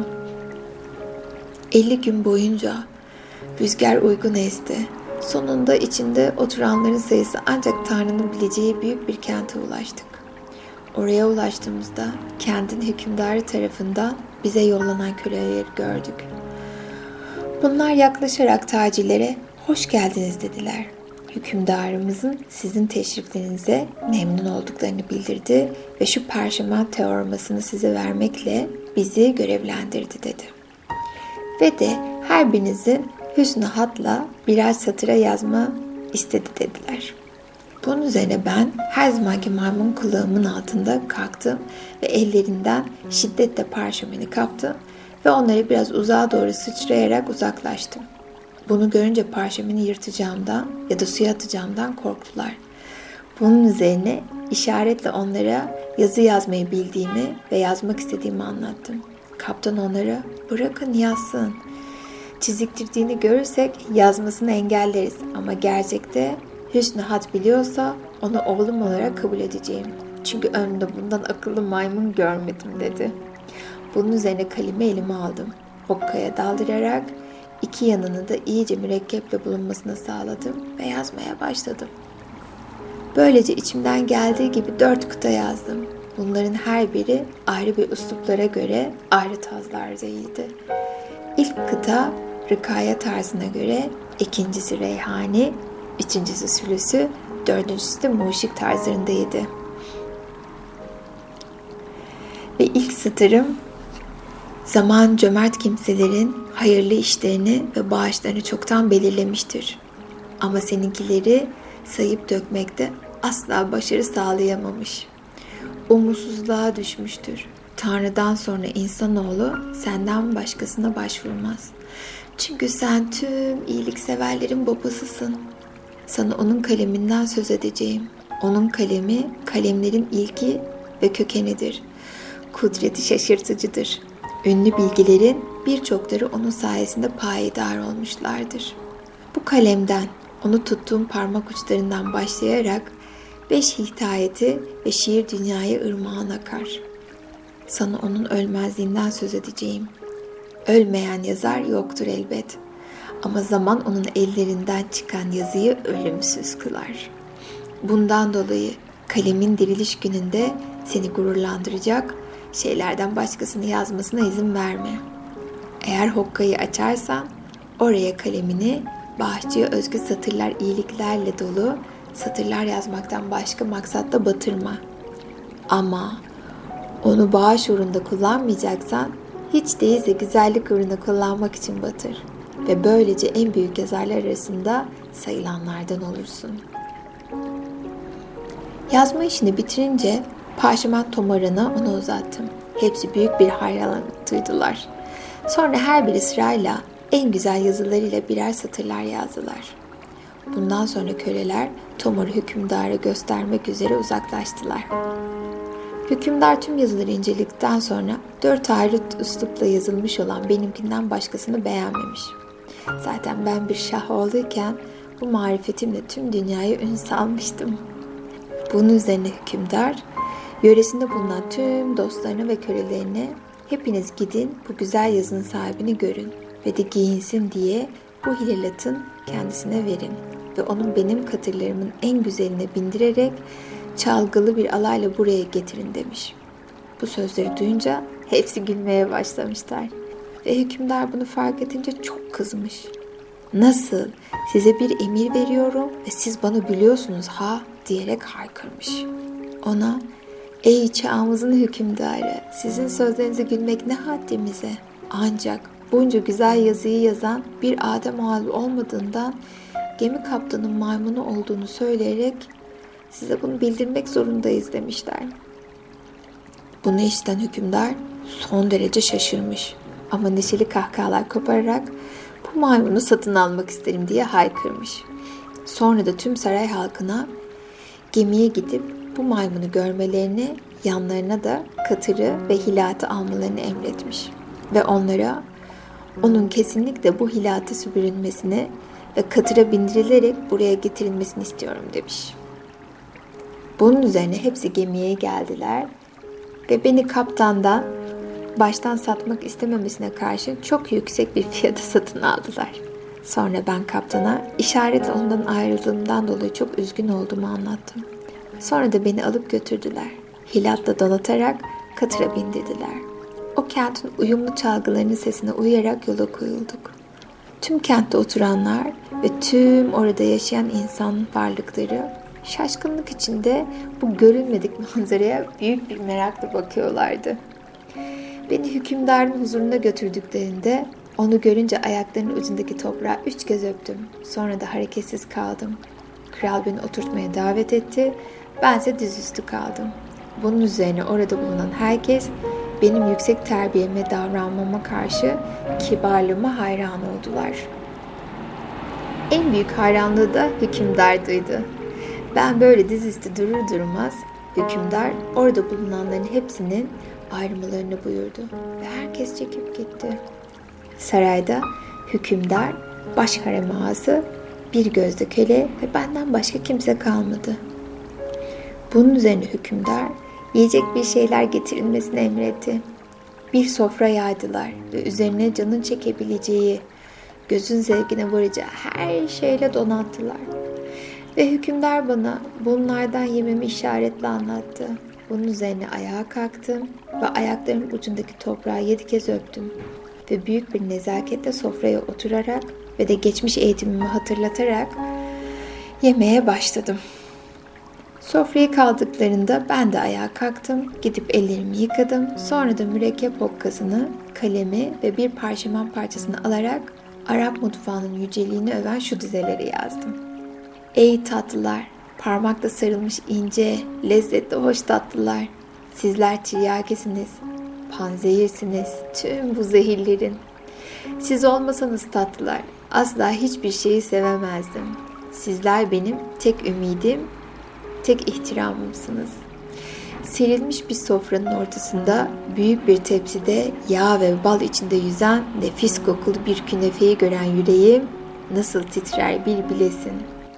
50 gün boyunca rüzgar uygun esti. Sonunda içinde oturanların sayısı ancak Tanrı'nın bileceği büyük bir kente ulaştık. Oraya ulaştığımızda kentin hükümdarı tarafından bize yollanan köleleri gördük. Bunlar yaklaşarak tacirlere hoş geldiniz dediler. Hükümdarımızın sizin teşriflerinize memnun olduklarını bildirdi ve şu parşömen teormasını size vermekle bizi görevlendirdi dedi. Ve de her birinizin hüsnü hatla birer satıra yazma istedi dediler. Bunun üzerine ben her zamanki maymun kılığımın altında kalktım ve ellerinden şiddetle parşömeni kaptım ve onları biraz uzağa doğru sıçrayarak uzaklaştım. Bunu görünce parşömeni yırtacağımdan ya da suya atacağımdan korktular. Bunun üzerine işaretle onlara yazı yazmayı bildiğimi ve yazmak istediğimi anlattım. Kaptan onlara bırakın yazsın. Çiziktirdiğini görürsek yazmasını engelleriz ama gerçekte hüsnü hat biliyorsa onu oğlum olarak kabul edeceğim. Çünkü ömrümde bundan akıllı maymun görmedim dedi. Bunun üzerine kalemi elime aldım. Hokkaya daldırarak iki yanını da iyice mürekkeple bulunmasını sağladım ve yazmaya başladım. Böylece içimden geldiği gibi 4 kıta yazdım. Bunların her biri ayrı bir üsluplara göre ayrı tarzlardaydı. İlk kıta rükaya tarzına göre, ikincisi reyhani, üçüncüsü sülüsü, dördüncüsü de muşik tarzlarındaydı. Ve ilk satırım, zaman cömert kimselerin hayırlı işlerini ve bağışlarını çoktan belirlemiştir. Ama seninkileri sayıp dökmekte asla başarı sağlayamamış. Umutsuzluğa düşmüştür. Tanrı'dan sonra insanoğlu senden başkasına başvurmaz. Çünkü sen tüm iyilikseverlerin babasısın. Sana onun kaleminden söz edeceğim. Onun kalemi, kalemlerin ilki ve kökenidir. Kudreti şaşırtıcıdır. Ünlü bilgilerin birçokları onun sayesinde payidar olmuşlardır. Bu kalemden, onu tuttuğum parmak uçlarından başlayarak 5 hikayeti ve şiir dünyaya ırmağın akar. Sana onun ölmezliğinden söz edeceğim. Ölmeyen yazar yoktur elbet. Ama zaman onun ellerinden çıkan yazıyı ölümsüz kılar. Bundan dolayı kalemin diriliş gününde seni gururlandıracak şeylerden başkasını yazmasına izin verme. Eğer hokkayı açarsan oraya kalemini bağışçıya özgü satırlar iyiliklerle dolu satırlar yazmaktan başka maksatla batırma. Ama onu bağış uğrunda kullanmayacaksan hiç değilse güzellik uğruna kullanmak için batır. Ve böylece en büyük yazarlar arasında sayılanlardan olursun. Yazma işini bitirince parşömen tomarını ona uzattım. Hepsi büyük bir hayranlık duydular. Sonra her biri sırayla en güzel yazılarıyla birer satırlar yazdılar. Bundan sonra köleler tomarı hükümdara göstermek üzere uzaklaştılar. Hükümdar tüm yazıları inceledikten sonra 4 ayrı üslupla yazılmış olan benimkinden başkasını beğenmemiş. Zaten ben bir şah oğluyken bu marifetimle tüm dünyaya ün salmıştım. Bunun üzerine hükümdar, yöresinde bulunan tüm dostlarına ve kölelerine hepiniz gidin bu güzel yazının sahibini görün ve de giyinsin diye bu hilelatın kendisine verin ve onun benim katırlarımın en güzeline bindirerek çalgılı bir alayla buraya getirin demiş. Bu sözleri duyunca hepsi gülmeye başlamışlar. Ve hükümdar bunu fark edince çok kızmış. Nasıl? Size bir emir veriyorum ve siz bana gülüyorsunuz ha? Diyerek haykırmış. Ona, ey çağımızın hükümdarı, sizin sözlerinize gülmek ne haddimize? Ancak bunca güzel yazıyı yazan bir Adem oğlu olmadığından gemi kaptanının maymunu olduğunu söyleyerek size bunu bildirmek zorundayız demişler. Bunu işiten hükümdar son derece şaşırmış ama neşeli kahkahalar kopararak bu maymunu satın almak isterim diye haykırmış. Sonra da tüm saray halkına gemiye gidip bu maymunu görmelerini, yanlarına da katırı ve hilatı almalarını emretmiş. Ve onlara onun kesinlikle bu hilata süpürülmesini ve katıra bindirilerek buraya getirilmesini istiyorum demiş. Bunun üzerine hepsi gemiye geldiler ve beni kaptandan baştan satmak istememesine karşı çok yüksek bir fiyata satın aldılar. Sonra ben kaptana işaretle ondan ayrıldığımdan dolayı çok üzgün olduğumu anlattım. Sonra da beni alıp götürdüler. Hilatla donatarak katıra bindirdiler. O kentin uyumlu çalgılarının sesine uyarak yola koyulduk. Tüm kentte oturanlar ve tüm orada yaşayan insan varlıkları şaşkınlık içinde bu görülmedik manzaraya büyük bir merakla bakıyorlardı. Beni hükümdarın huzuruna götürdüklerinde onu görünce ayaklarının ucundaki toprağı 3 kez öptüm. Sonra da hareketsiz kaldım. Kral beni oturtmaya davet etti. Bense dizüstü kaldım. Bunun üzerine orada bulunan herkes benim yüksek terbiyeme, davranmama karşı kibarlığıma hayran oldular. En büyük hayranlığı da hükümdar duydu. Ben böyle dizüstü durur durmaz hükümdar orada bulunanların hepsinin ayrılmalarını buyurdu ve herkes çekip gitti. Sarayda hükümdar, baş harem ağası, bir gözde köle ve benden başka kimse kalmadı. Bunun üzerine hükümdar yiyecek bir şeyler getirilmesini emretti. Bir sofra yaydılar ve üzerine canın çekebileceği, gözün zevkine varacağı her şeyle donattılar. Ve hükümdar bana bunlardan yememi işaretle anlattı. Bunun üzerine ayağa kalktım ve ayaklarımın ucundaki toprağı 7 kez öptüm. Ve büyük bir nezaketle sofraya oturarak ve de geçmiş eğitimimi hatırlatarak yemeye başladım. Sofrayı kaldıklarında ben de ayağa kalktım, gidip ellerimi yıkadım. Sonra da mürekkep hokkasını, kalemi ve bir parşömen parçasını alarak Arap mutfağının yüceliğini öven şu dizeleri yazdım. Ey tatlılar, parmakla sarılmış ince, lezzetli hoş tatlılar. Sizler tiryakisiniz, panzehirsiniz tüm bu zehirlerin. Siz olmasanız tatlılar, asla hiçbir şeyi sevemezdim. Sizler benim tek ümidim, tek ihtiramımsınız. Serilmiş bir sofranın ortasında büyük bir tepside yağ ve bal içinde yüzen nefis kokulu bir künefeyi gören yüreğim nasıl titrer bir bilesin.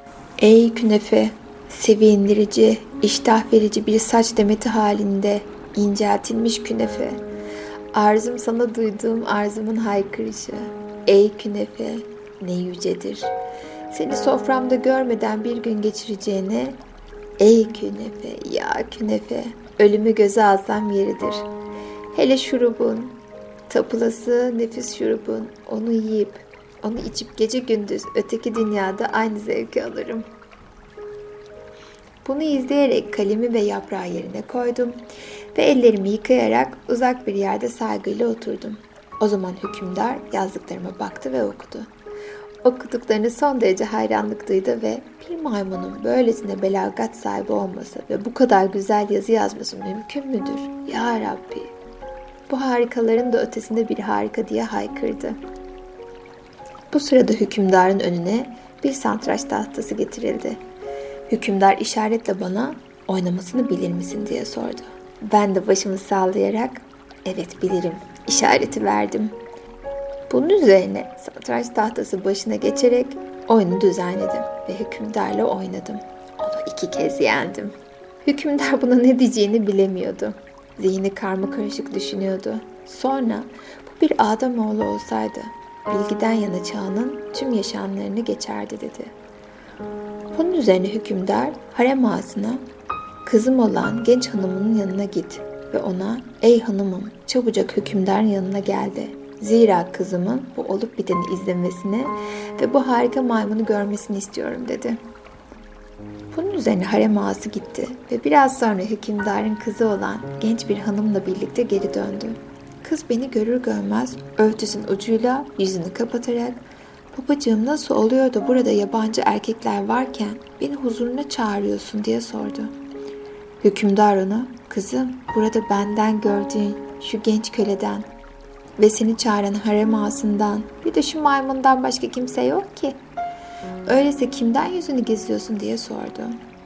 Ey künefe, sevindirici, iştah verici bir saç demeti halinde inceltilmiş künefe. Arzum sana duyduğum arzumun haykırışı. Ey künefe, ne yücedir. Seni soframda görmeden bir gün geçireceğine, ey künefe, ya künefe, ölümü göze alsam yeridir. Hele şurubun, tapılası nefis şurubun, onu yiyip, onu içip gece gündüz öteki dünyada aynı zevki alırım. Bunu izleyerek kalemi ve yaprağı yerine koydum ve ellerimi yıkayarak uzak bir yerde saygıyla oturdum. O zaman hükümdar yazdıklarıma baktı ve okudu. Okuduklarını son derece hayranlık duydu ve bir maymunun böylesine belagat sahibi olması ve bu kadar güzel yazı yazması mümkün müdür? Ya Rabbi! Bu harikaların da ötesinde bir harika diye haykırdı. Bu sırada hükümdarın önüne bir satranç tahtası getirildi. Hükümdar işaretle bana oynamasını bilir misin diye sordu. Ben de başımı sallayarak evet bilirim işareti verdim. Bunun üzerine satranç tahtası başına geçerek oyunu düzenledim ve hükümdarla oynadım. Onu 2 kez yendim. Hükümdar buna ne diyeceğini bilemiyordu. Zihni karmakarışık düşünüyordu. Sonra bu bir Ademoğlu olsaydı bilgiden yana çağının tüm yaşamlarını geçerdi dedi. Bunun üzerine hükümdar harem ağasına kızım olan genç hanımının yanına git ve ona ey hanımım çabucak hükümdarın yanına geldi. Zira kızımın bu olup biteni izlemesini ve bu harika maymunu görmesini istiyorum dedi. Bunun üzerine harem ağası gitti ve biraz sonra hükümdarın kızı olan genç bir hanımla birlikte geri döndü. Kız beni görür görmez örtüsün ucuyla yüzünü kapatarak Babacığım nasıl oluyor da burada yabancı erkekler varken beni huzuruna çağırıyorsun diye sordu. Hükümdar ona, kızım burada benden gördüğün şu genç köleden ve seni çağıran harem ağasından bir de şu maymundan başka kimse yok ki. Öyleyse kimden yüzünü gizliyorsun diye sordu.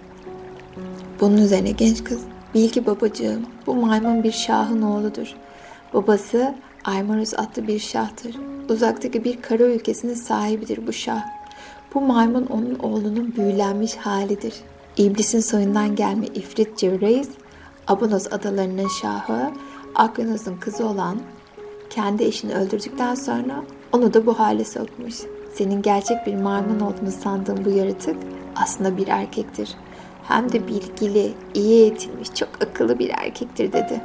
Bunun üzerine genç kız, bil ki babacığım bu maymun bir şahın oğludur. Babası Aymarus adlı bir şahtır. Uzaktaki bir kara ülkesinin sahibidir bu şah. Bu maymun onun oğlunun büyülenmiş halidir. İblisin soyundan gelme İfrit Cevreis, Abanos adalarının şahı, Akronos'un kızı olan kendi eşini öldürdükten sonra onu da bu hale sokmuş. Senin gerçek bir maymun olduğunu sandığın bu yaratık aslında bir erkektir. Hem de bilgili, iyi eğitilmiş, çok akıllı bir erkektir dedi.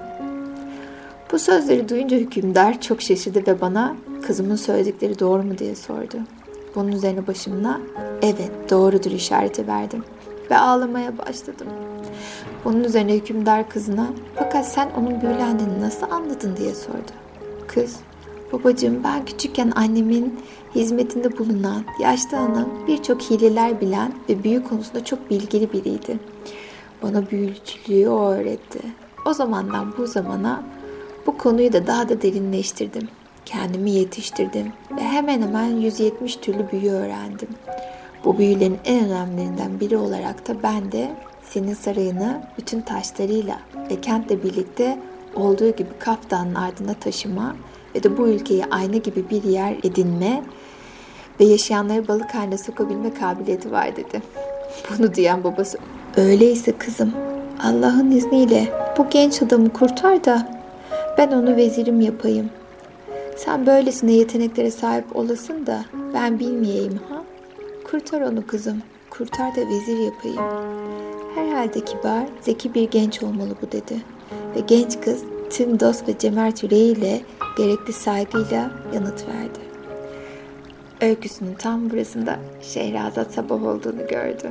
Bu sözleri duyunca hükümdar çok şaşırdı ve bana kızımın söyledikleri doğru mu diye sordu. Bunun üzerine başımla evet doğrudur işareti verdim ve ağlamaya başladım. Bunun üzerine hükümdar kızına fakat sen onun büyülendiğini nasıl anladın diye sordu. Kız, babacığım ben küçükken annemin hizmetinde bulunan yaşlı hanım birçok hileler bilen ve büyü konusunda çok bilgili biriydi. Bana büyücülüğü o öğretti. O zamandan bu zamana bu konuyu da daha da derinleştirdim. Kendimi yetiştirdim ve hemen hemen 170 türlü büyü öğrendim. Bu büyülerin en önemlilerinden biri olarak da ben de senin sarayını bütün taşlarıyla ve kentle birlikte olduğu gibi Kaf Dağı'nın ardına taşıma ve de bu ülkeyi ayna gibi bir yer edinme ve yaşayanları balık haline sokabilme kabiliyeti var dedi. Bunu duyan babası, öyleyse kızım Allah'ın izniyle bu genç adamı kurtar da ben onu vezirim yapayım. Sen böylesine yeteneklere sahip olasın da ben bilmeyeyim ha? Kurtar onu kızım, kurtar da vezir yapayım. Herhalde kibar, zeki bir genç olmalı bu dedi. Ve genç kız tüm dost ve cömert yüreğiyle gerekli saygıyla yanıt verdi. Öyküsünün tam burasında Şehrazat sabah olduğunu gördü.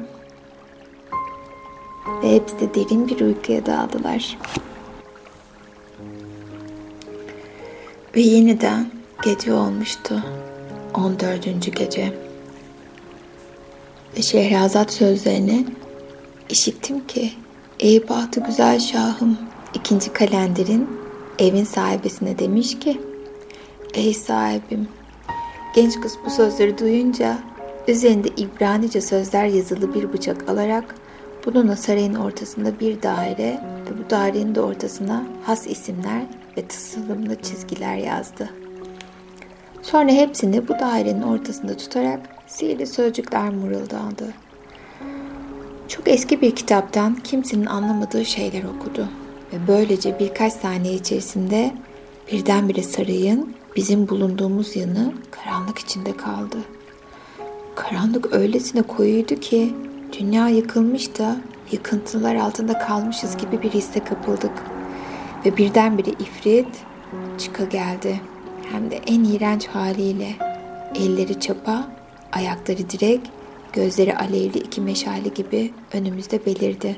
Ve hepsi de derin bir uykuya daldılar. Ve yeniden gece olmuştu. 14. gece. Ve Şehrazat sözlerini işittim ki ey bahtı güzel şahım, ikinci kalenderin evin sahibesine demiş ki ey sahibim. Genç kız bu sözleri duyunca üzerinde İbranice sözler yazılı bir bıçak alarak bununla sarayın ortasında bir daire ve bu dairenin de ortasına has isimler ve tasarımlı çizgiler yazdı. Sonra hepsini bu dairenin ortasında tutarak sihirli sözcükler mırıldandı. Çok eski bir kitaptan kimsenin anlamadığı şeyler okudu ve böylece birkaç saniye içerisinde birdenbire sarayın bizim bulunduğumuz yanı karanlık içinde kaldı. Karanlık öylesine koyuydu ki dünya yıkılmış da yıkıntılar altında kalmışız gibi bir hisse kapıldık. Ve birdenbire ifrit çıka geldi. Hem de en iğrenç haliyle. Elleri çapa, ayakları direk, gözleri alevli iki meşale gibi önümüzde belirdi.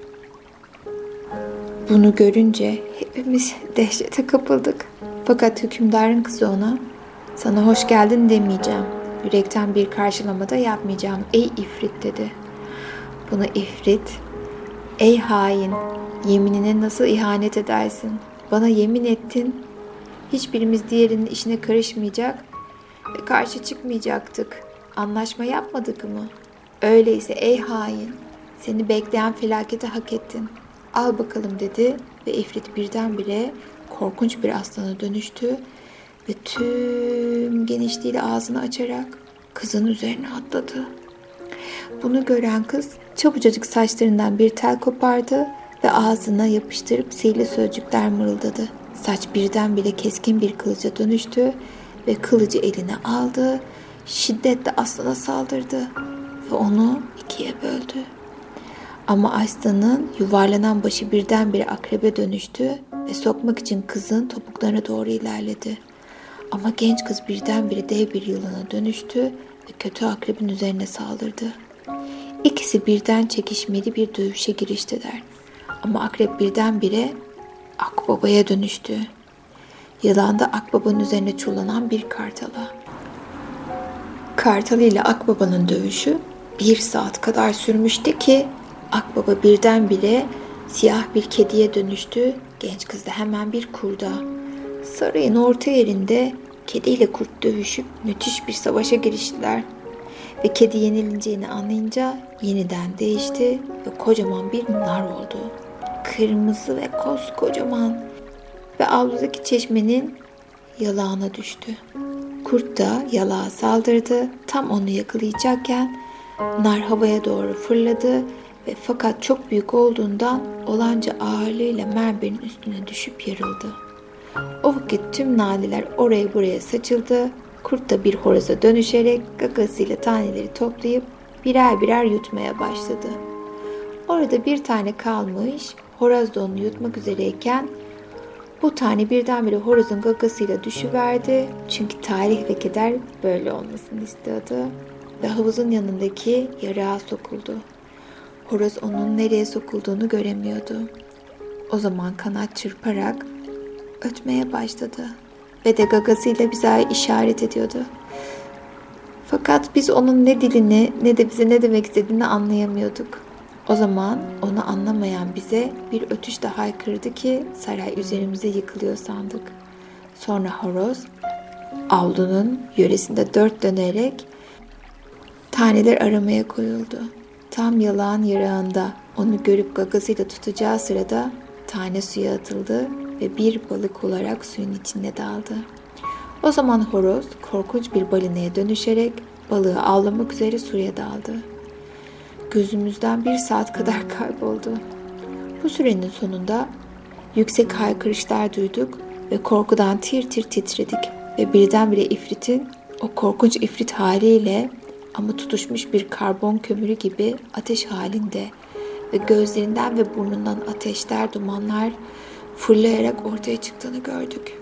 Bunu görünce hepimiz dehşete kapıldık. Fakat hükümdarın kızı ona, sana hoş geldin demeyeceğim. Yürekten bir karşılamada yapmayacağım ey ifrit dedi. Buna ifrit, ey hain, yeminine nasıl ihanet edersin? Bana yemin ettin, hiçbirimiz diğerinin işine karışmayacak ve karşı çıkmayacaktık. Anlaşma yapmadık mı? Öyleyse ey hain, seni bekleyen felaketi hak ettin. Al bakalım dedi ve ifrit birdenbire korkunç bir aslana dönüştü ve tüm genişliğiyle ağzını açarak kızın üzerine atladı. Bunu gören kız çabucacık saçlarından bir tel kopardı ve ağzına yapıştırıp sihirli sözcükler mırıldadı. Saç birdenbire keskin bir kılıca dönüştü ve kılıcı eline aldı, şiddetle aslana saldırdı ve onu ikiye böldü. Ama aslanın yuvarlanan başı birdenbire akrebe dönüştü ve sokmak için kızın topuklarına doğru ilerledi. Ama genç kız birdenbire dev bir yılana dönüştü ve kötü akrebin üzerine saldırdı. İkisi birden çekişmeli bir dövüşe giriştiler. Ama akrep birdenbire akbabaya dönüştü. Yılan da akbabanın üzerine çullanan bir kartala. Kartal ile Akbaba'nın dövüşü 1 saat kadar sürmüştü ki Akbaba birdenbire siyah bir kediye dönüştü. Genç kız da hemen bir kurda. Sarayın orta yerinde kedi ile kurt dövüşüp müthiş bir savaşa giriştiler. Ve kedi yenilineceğini anlayınca yeniden değişti ve kocaman bir nar oldu. Kırmızı ve koskocaman ve avludaki çeşmenin yalağına düştü. Kurt da yalağa saldırdı. Tam onu yakalayacakken nar havaya doğru fırladı ve fakat çok büyük olduğundan olanca ağırlığıyla mermerin üstüne düşüp yarıldı. O vakit tüm naneler oraya buraya saçıldı. Kurt da bir horoza dönüşerek gagasıyla taneleri toplayıp birer birer yutmaya başladı. Orada bir tane kalmış, horoz da onu yutmak üzereyken bu tane birdenbire horozun gagasıyla düşüverdi. Çünkü talih ve keder böyle olmasını istiyordu. Ve havuzun yanındaki yarığa sokuldu. Horoz onun nereye sokulduğunu göremiyordu. O zaman kanat çırparak ötmeye başladı. Ve de gagasıyla bize işaret ediyordu. Fakat biz onun ne dilini ne de bize ne demek istediğini anlayamıyorduk. O zaman onu anlamayan bize bir ötüş de haykırdı ki saray üzerimize yıkılıyor sandık. Sonra horoz avlunun yöresinde 4 dönerek taneler aramaya koyuldu. Tam yalağın yarağında onu görüp gagasıyla tutacağı sırada tane suya atıldı ve bir balık olarak suyun içine daldı. O zaman horoz korkunç bir balinaya dönüşerek balığı avlamak üzere suya daldı. Gözümüzden 1 saat kadar kayboldu. Bu sürenin sonunda yüksek haykırışlar duyduk ve korkudan tir tir titredik ve birdenbire ifritin o korkunç ifrit haliyle ama tutuşmuş bir karbon kömürü gibi ateş halinde ve gözlerinden ve burnundan ateşler, dumanlar fırlayarak ortaya çıktığını gördük.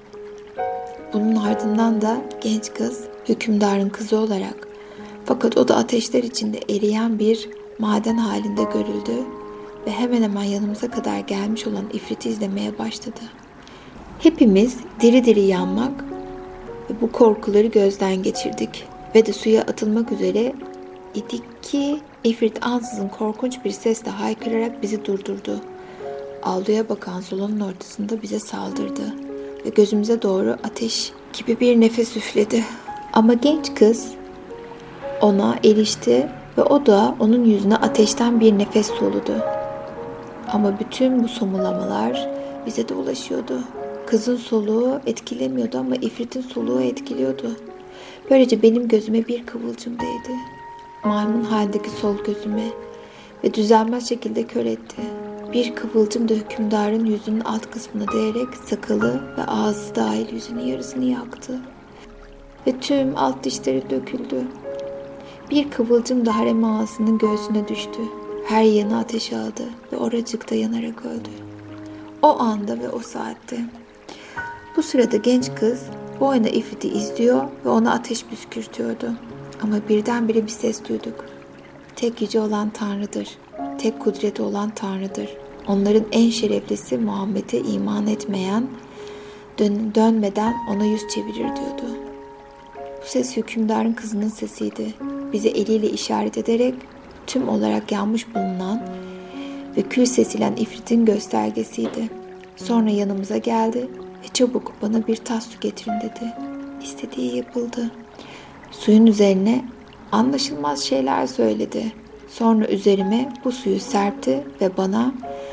Bunun ardından da genç kız hükümdarın kızı olarak fakat o da ateşler içinde eriyen bir maden halinde görüldü ve hemen hemen yanımıza kadar gelmiş olan ifriti izlemeye başladı. Hepimiz diri diri yanmak ve bu korkuları gözden geçirdik ve de suya atılmak üzere idik ki ifrit ansızın korkunç bir sesle haykırarak bizi durdurdu. Avluya bakan salonun ortasında bize saldırdı ve gözümüze doğru ateş gibi bir nefes üfledi. Ama genç kız ona erişti ve o da onun yüzüne ateşten bir nefes soludu. Ama bütün bu somulamalar bize de ulaşıyordu. Kızın soluğu etkilemiyordu ama ifritin soluğu etkiliyordu. Böylece benim gözüme bir kıvılcım değdi. Maymun halindeki sol gözüme ve düzenmez şekilde kör etti. Bir kıvılcım da hükümdarın yüzünün alt kısmına değerek sakalı ve ağzı dahil yüzünün yarısını yaktı. Ve tüm alt dişleri döküldü. Bir kıvılcım da harem ağasının göğsüne düştü. Her yanı ateş aldı ve oracıkta yanarak öldü. O anda ve o saatte. Bu sırada genç kız boyuna ifriti izliyor ve ona ateş püskürtüyordu. Ama birdenbire bir ses duyduk. Tek yüce olan Tanrı'dır. Tek kudreti olan Tanrı'dır. Onların en şereflisi Muhammed'e iman etmeyen, dönmeden ona yüz çevirir diyordu. Bu ses hükümdarın kızının sesiydi. Bize eliyle işaret ederek tüm olarak yanmış bulunan ve kül sesilen ifritin göstergesiydi. Sonra yanımıza geldi ve çabuk bana bir tas su getirin dedi. İstediği yapıldı. Suyun üzerine anlaşılmaz şeyler söyledi. Sonra üzerime bu suyu serpti ve bana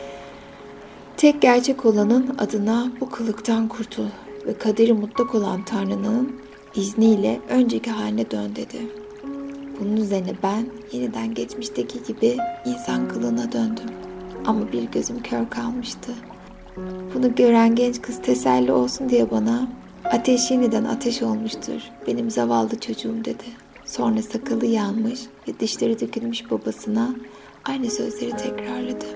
tek gerçek olanın adına bu kılıktan kurtul ve kaderi mutlak olan Tanrı'nın izniyle önceki haline dön dedi. Bunun üzerine ben yeniden geçmişteki gibi insan kılığına döndüm. Ama bir gözüm kör kalmıştı. Bunu gören genç kız teselli olsun diye bana ateş yeniden ateş olmuştur benim zavallı çocuğum dedi. Sonra sakalı yanmış ve dişleri dökülmüş babasına aynı sözleri tekrarladı.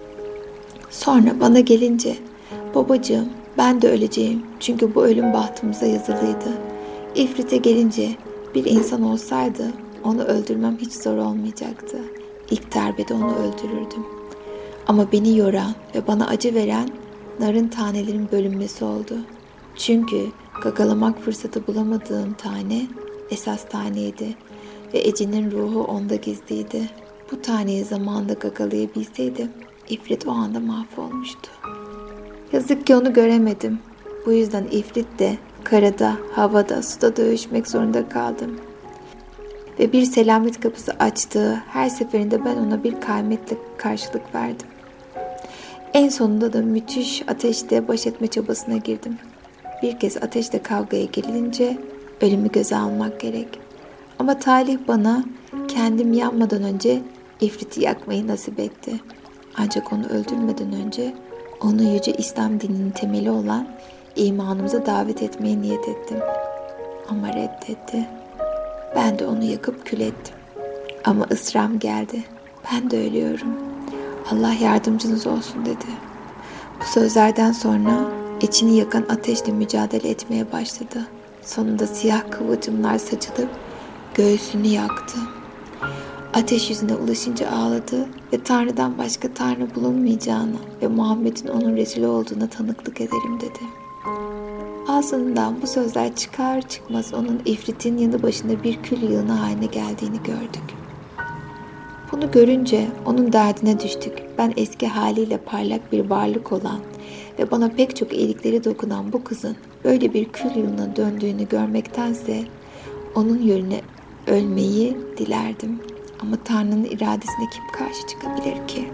Sonra bana gelince babacığım ben de öleceğim çünkü bu ölüm bahtımıza yazılıydı. İfrit'e gelince bir insan olsaydı onu öldürmem hiç zor olmayacaktı. İlk darbede onu öldürürdüm. Ama beni yoran ve bana acı veren narın tanelerin bölünmesi oldu. Çünkü gagalamak fırsatı bulamadığım tane esas taneydi ve Ece'nin ruhu onda gizliydi. Bu taneyi zamanında gagalayabilseydim, İfrit o anda mahvolmuştu. Yazık ki onu göremedim. Bu yüzden İfrit de karada, havada, suda dövüşmek zorunda kaldım. Ve bir selamet kapısı açtığı her seferinde ben ona bir kıymetle karşılık verdim. En sonunda da müthiş ateşle baş etme çabasına girdim. Bir kez ateşle kavgaya girilince ölümü göze almak gerek. Ama talih bana kendim yanmadan önce İfrit'i yakmayı nasip etti. Ancak onu öldürmeden önce onu yüce İslam dininin temeli olan imanımıza davet etmeye niyet ettim. Ama reddetti. Ben de onu yakıp kül ettim. Ama ısram geldi. Ben de ölüyorum. Allah yardımcınız olsun dedi. Bu sözlerden sonra içini yakan ateşle mücadele etmeye başladı. Sonunda siyah kıvılcımlar saçılıp göğsünü yaktı. Ateş yüzüne ulaşınca ağladı ve Tanrı'dan başka Tanrı bulunmayacağına ve Muhammed'in onun rezili olduğuna tanıklık ederim dedi. Ağzından bu sözler çıkar çıkmaz onun İfrit'in yanı başında bir kül yığını haline geldiğini gördük. Bunu görünce onun derdine düştük. Ben eski haliyle parlak bir varlık olan ve bana pek çok iyilikleri dokunan bu kızın böyle bir kül yığınına döndüğünü görmektense onun yerine ölmeyi dilerdim. Ama Tanrı'nın iradesine kim karşı çıkabilir ki?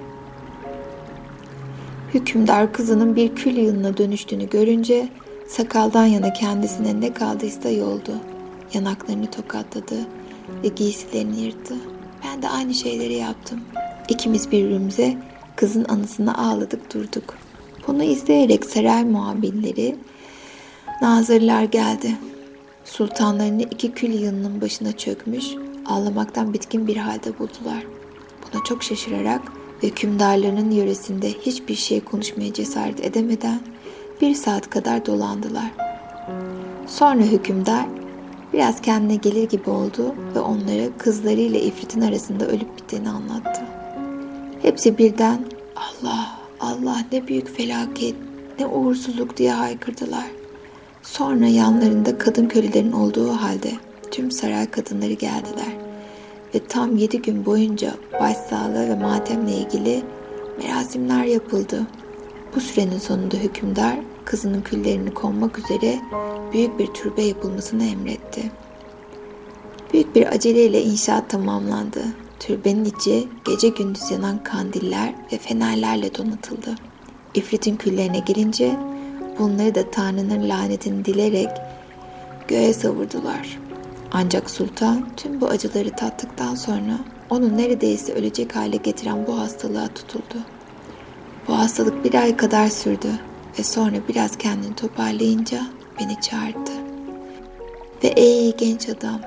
Hükümdar kızının bir kül yığınına dönüştüğünü görünce sakaldan yana kendisine ne kaldıysa yoldu. Yanaklarını tokatladı ve giysilerini yırttı. Ben de aynı şeyleri yaptım. İkimiz birbirimize kızın anısına ağladık durduk. Bunu izleyerek saray muhabirleri, nazırlar geldi. Sultanlarını iki kül yığınının başına çökmüş, ağlamaktan bitkin bir halde buldular. Buna çok şaşırarak ve hükümdarlarının yöresinde hiçbir şey konuşmaya cesaret edemeden 1 saat kadar dolandılar. Sonra hükümdar biraz kendine gelir gibi oldu ve onlara kızlarıyla İfrit'in arasında ölüp bittiğini anlattı. Hepsi birden Allah, Allah ne büyük felaket, ne uğursuzluk diye haykırdılar. Sonra yanlarında kadın kölelerin olduğu halde tüm saray kadınları geldiler ve tam 7 gün boyunca başsağlığı ve matemle ilgili merasimler yapıldı. Bu sürenin sonunda hükümdar kızının küllerini konmak üzere büyük bir türbe yapılmasını emretti. Büyük bir aceleyle inşaat tamamlandı. Türbenin içi gece gündüz yanan kandiller ve fenerlerle donatıldı. İfrit'in küllerine girince bunları da Tanrı'nın lanetini dilerek göğe savurdular. Ancak sultan tüm bu acıları tattıktan sonra onu neredeyse ölecek hale getiren bu hastalığa tutuldu. Bu hastalık 1 ay kadar sürdü ve sonra biraz kendini toparlayınca beni çağırdı. Ve ey genç adam,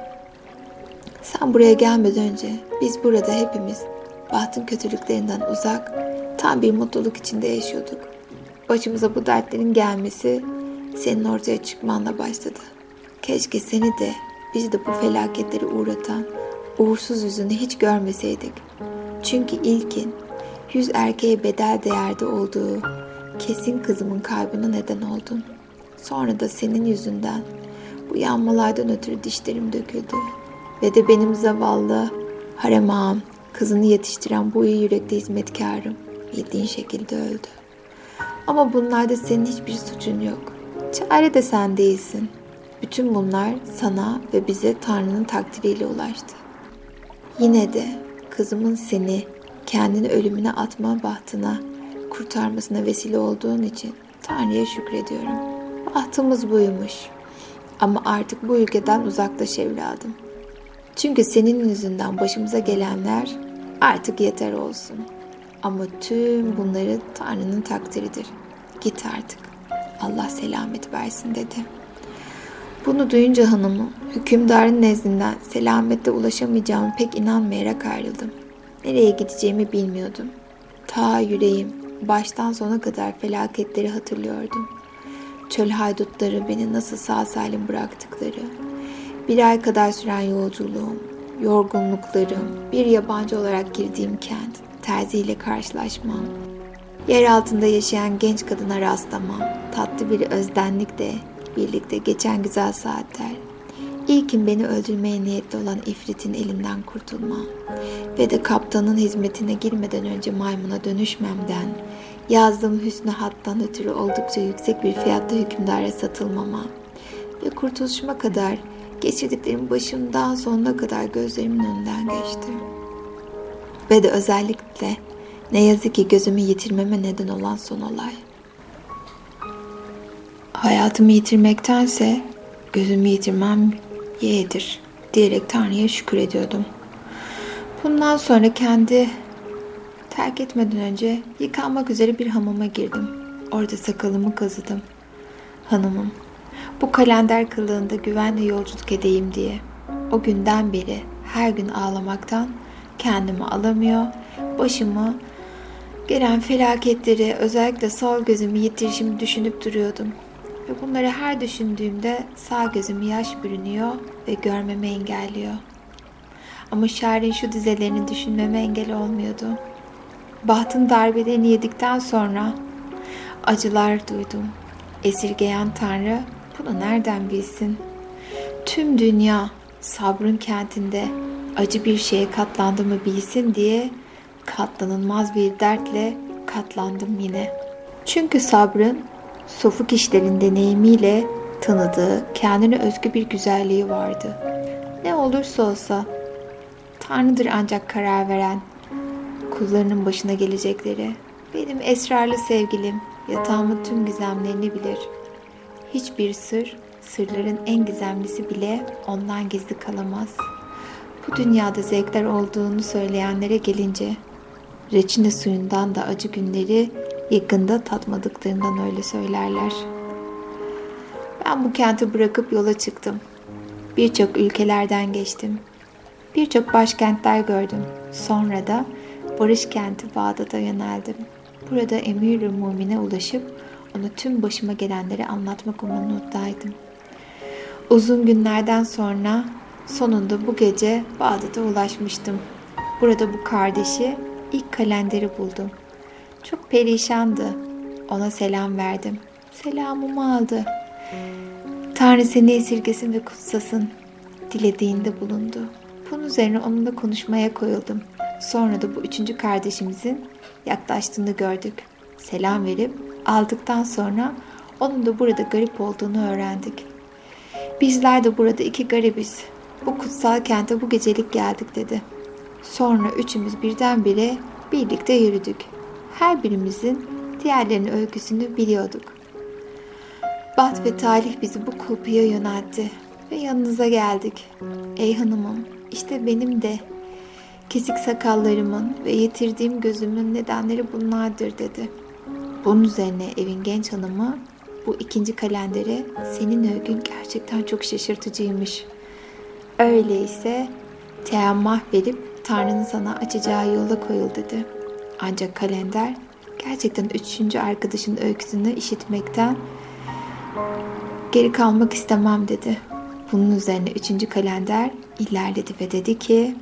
sen buraya gelmeden önce biz burada hepimiz bahtın kötülüklerinden uzak, tam bir mutluluk içinde yaşıyorduk. Başımıza bu dertlerin gelmesi senin ortaya çıkmanla başladı. Keşke seni de bizi de bu felaketleri uğratan uğursuz yüzünü hiç görmeseydik. Çünkü ilkin 100 erkeğe bedel değerde olduğu kesin kızımın kaybına neden oldun. Sonra da senin yüzünden bu yanmalardan ötürü dişlerim döküldü. Ve de benim zavallı harem ağam, kızını yetiştiren bu iyi yürekli hizmetkarım bildiğin şekilde öldü. Ama bunlarda senin hiçbir suçun yok. Çare de sen değilsin. Bütün bunlar sana ve bize Tanrı'nın takdiriyle ulaştı. Yine de kızımın seni kendini ölümüne atma bahtına, kurtarmasına vesile olduğun için Tanrı'ya şükrediyorum. Bahtımız buymuş. Ama artık bu ülkeden uzaklaş evladım. Çünkü senin yüzünden başımıza gelenler artık yeter olsun. Ama tüm bunları Tanrı'nın takdiridir. Git artık. Allah selamet versin dedi. Bunu duyunca hanımım, hükümdarın nezdinden selamette ulaşamayacağımı pek inanmayarak ayrıldım. Nereye gideceğimi bilmiyordum. Ta yüreğim baştan sona kadar felaketleri hatırlıyordum. Çöl haydutları beni nasıl sağ salim bıraktıkları, 1 ay kadar süren yolculuğum, yorgunluklarım, bir yabancı olarak girdiğim kent, Terzi ile karşılaşmam, yer altında yaşayan genç kadına rastlamam, tatlı bir özlenlikle birlikte geçen güzel saatler, İlkin beni öldürmeye niyetli olan ifritin elinden kurtulmam ve de kaptanın hizmetine girmeden önce maymuna dönüşmemden, yazdığım hüsnü hattan ötürü oldukça yüksek bir fiyatla hükümdara satılmama ve kurtuluşuma kadar geçirdiklerim başımdan sonuna kadar gözlerimin önünden geçti. Ve de özellikle ne yazık ki gözümü yitirmeme neden olan son olay. Hayatımı yitirmektense gözümü yitirmem yeğdir diyerek Tanrı'ya şükür ediyordum. Bundan sonra kendi terk etmeden önce yıkanmak üzere bir hamama girdim. Orada sakalımı kazıdım. Hanımım, bu kalender kılığında güvenle yolculuk edeyim diye. O günden beri her gün ağlamaktan kendimi alamıyor, başımı gelen felaketleri, özellikle sol gözümü yitirişimi düşünüp duruyordum. Ve bunları her düşündüğümde sağ gözüm yaş bürünüyor ve görmemi engelliyor. Ama şairin şu dizelerini düşünmeme engel olmuyordu. Bahtın darbelerini yedikten sonra acılar duydum. Esirgeyen Tanrı bunu nereden bilsin? Tüm dünya sabrın kentinde acı bir şeye katlandığımı bilsin diye katlanılmaz bir dertle katlandım yine. Çünkü sabrın sofuk işlerin deneyimiyle tanıdığı kendine özgü bir güzelliği vardı. Ne olursa olsa Tanrı'dır ancak karar veren kullarının başına gelecekleri. Benim esrarlı sevgilim yatağımın tüm gizemlerini bilir. Hiçbir sır, sırların en gizemlisi bile ondan gizli kalamaz. Bu dünyada zevkler olduğunu söyleyenlere gelince, reçine suyundan da acı günleri yakında tatmadıklarından öyle söylerler. Ben bu kenti bırakıp yola çıktım. Birçok ülkelerden geçtim. Birçok başkentler gördüm. Sonra da barış kenti Bağdat'a yöneldim. Burada Emir-i Mumin'e ulaşıp ona tüm başıma gelenleri anlatmak umudundaydım. Uzun günlerden sonra sonunda bu gece Bağdat'a ulaşmıştım. Burada bu kardeşi, ilk kalenderi buldum. Çok perişandı. Ona selam verdim. Selamımı aldı. Tanrı seni esirgesin ve kutsasın dilediğinde bulundu. Bunun üzerine onunla konuşmaya koyuldum. Sonra da bu üçüncü kardeşimizin yaklaştığını gördük. Selam verip aldıktan sonra onun da burada garip olduğunu öğrendik. Bizler de burada iki garibiz. Bu kutsal kente bu gecelik geldik dedi. Sonra üçümüz birdenbire birlikte yürüdük. Her birimizin diğerlerinin öyküsünü biliyorduk. Baht ve talih bizi bu kapıya yöneltti ve yanınıza geldik. Ey hanımım, işte benim de kesik sakallarımın ve yitirdiğim gözümün nedenleri bunlardır dedi. Bunun üzerine evin genç hanımı bu ikinci kalendere senin öykün gerçekten çok şaşırtıcıymış. Öyleyse teammah verip Tanrı'nın sana açacağı yola koyul dedi. Ancak kalender gerçekten üçüncü arkadaşın öyküsünü işitmekten geri kalmak istemem dedi. Bunun üzerine üçüncü kalender ilerledi ve dedi ki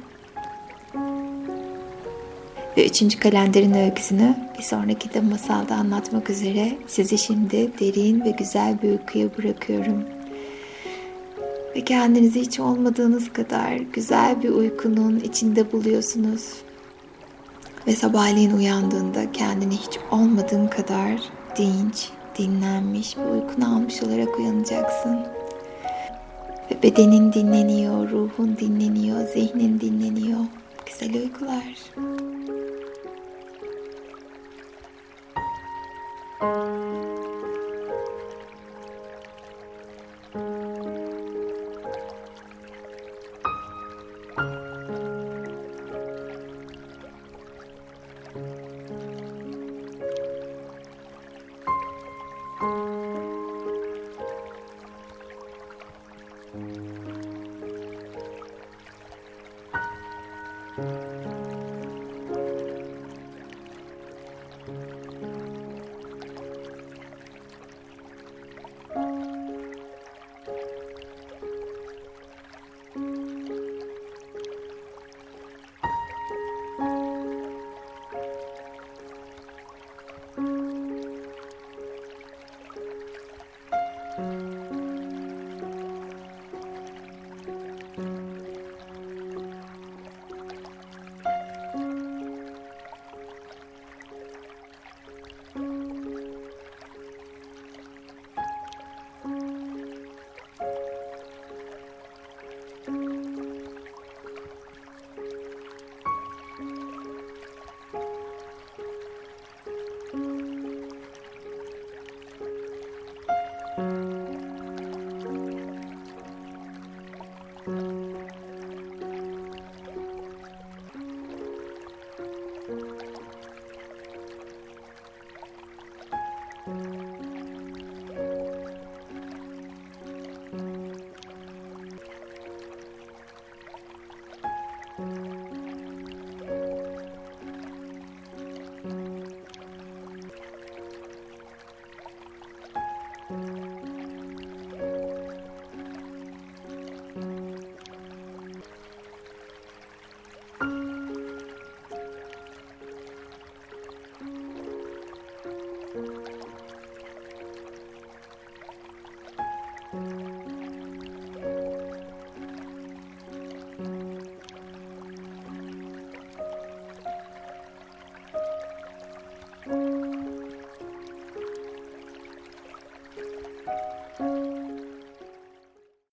ve üçüncü kalenderin öyküsünü bir sonraki de masalda anlatmak üzere sizi şimdi derin ve güzel bir uykuya bırakıyorum. Ve kendinizi hiç olmadığınız kadar güzel bir uykunun içinde buluyorsunuz. Ve sabahleyin uyandığında kendini hiç olmadığın kadar dinç, dinlenmiş bir uykunu almış olarak uyanacaksın. Ve bedenin dinleniyor, ruhun dinleniyor, zihnin dinleniyor. Güzel uykular.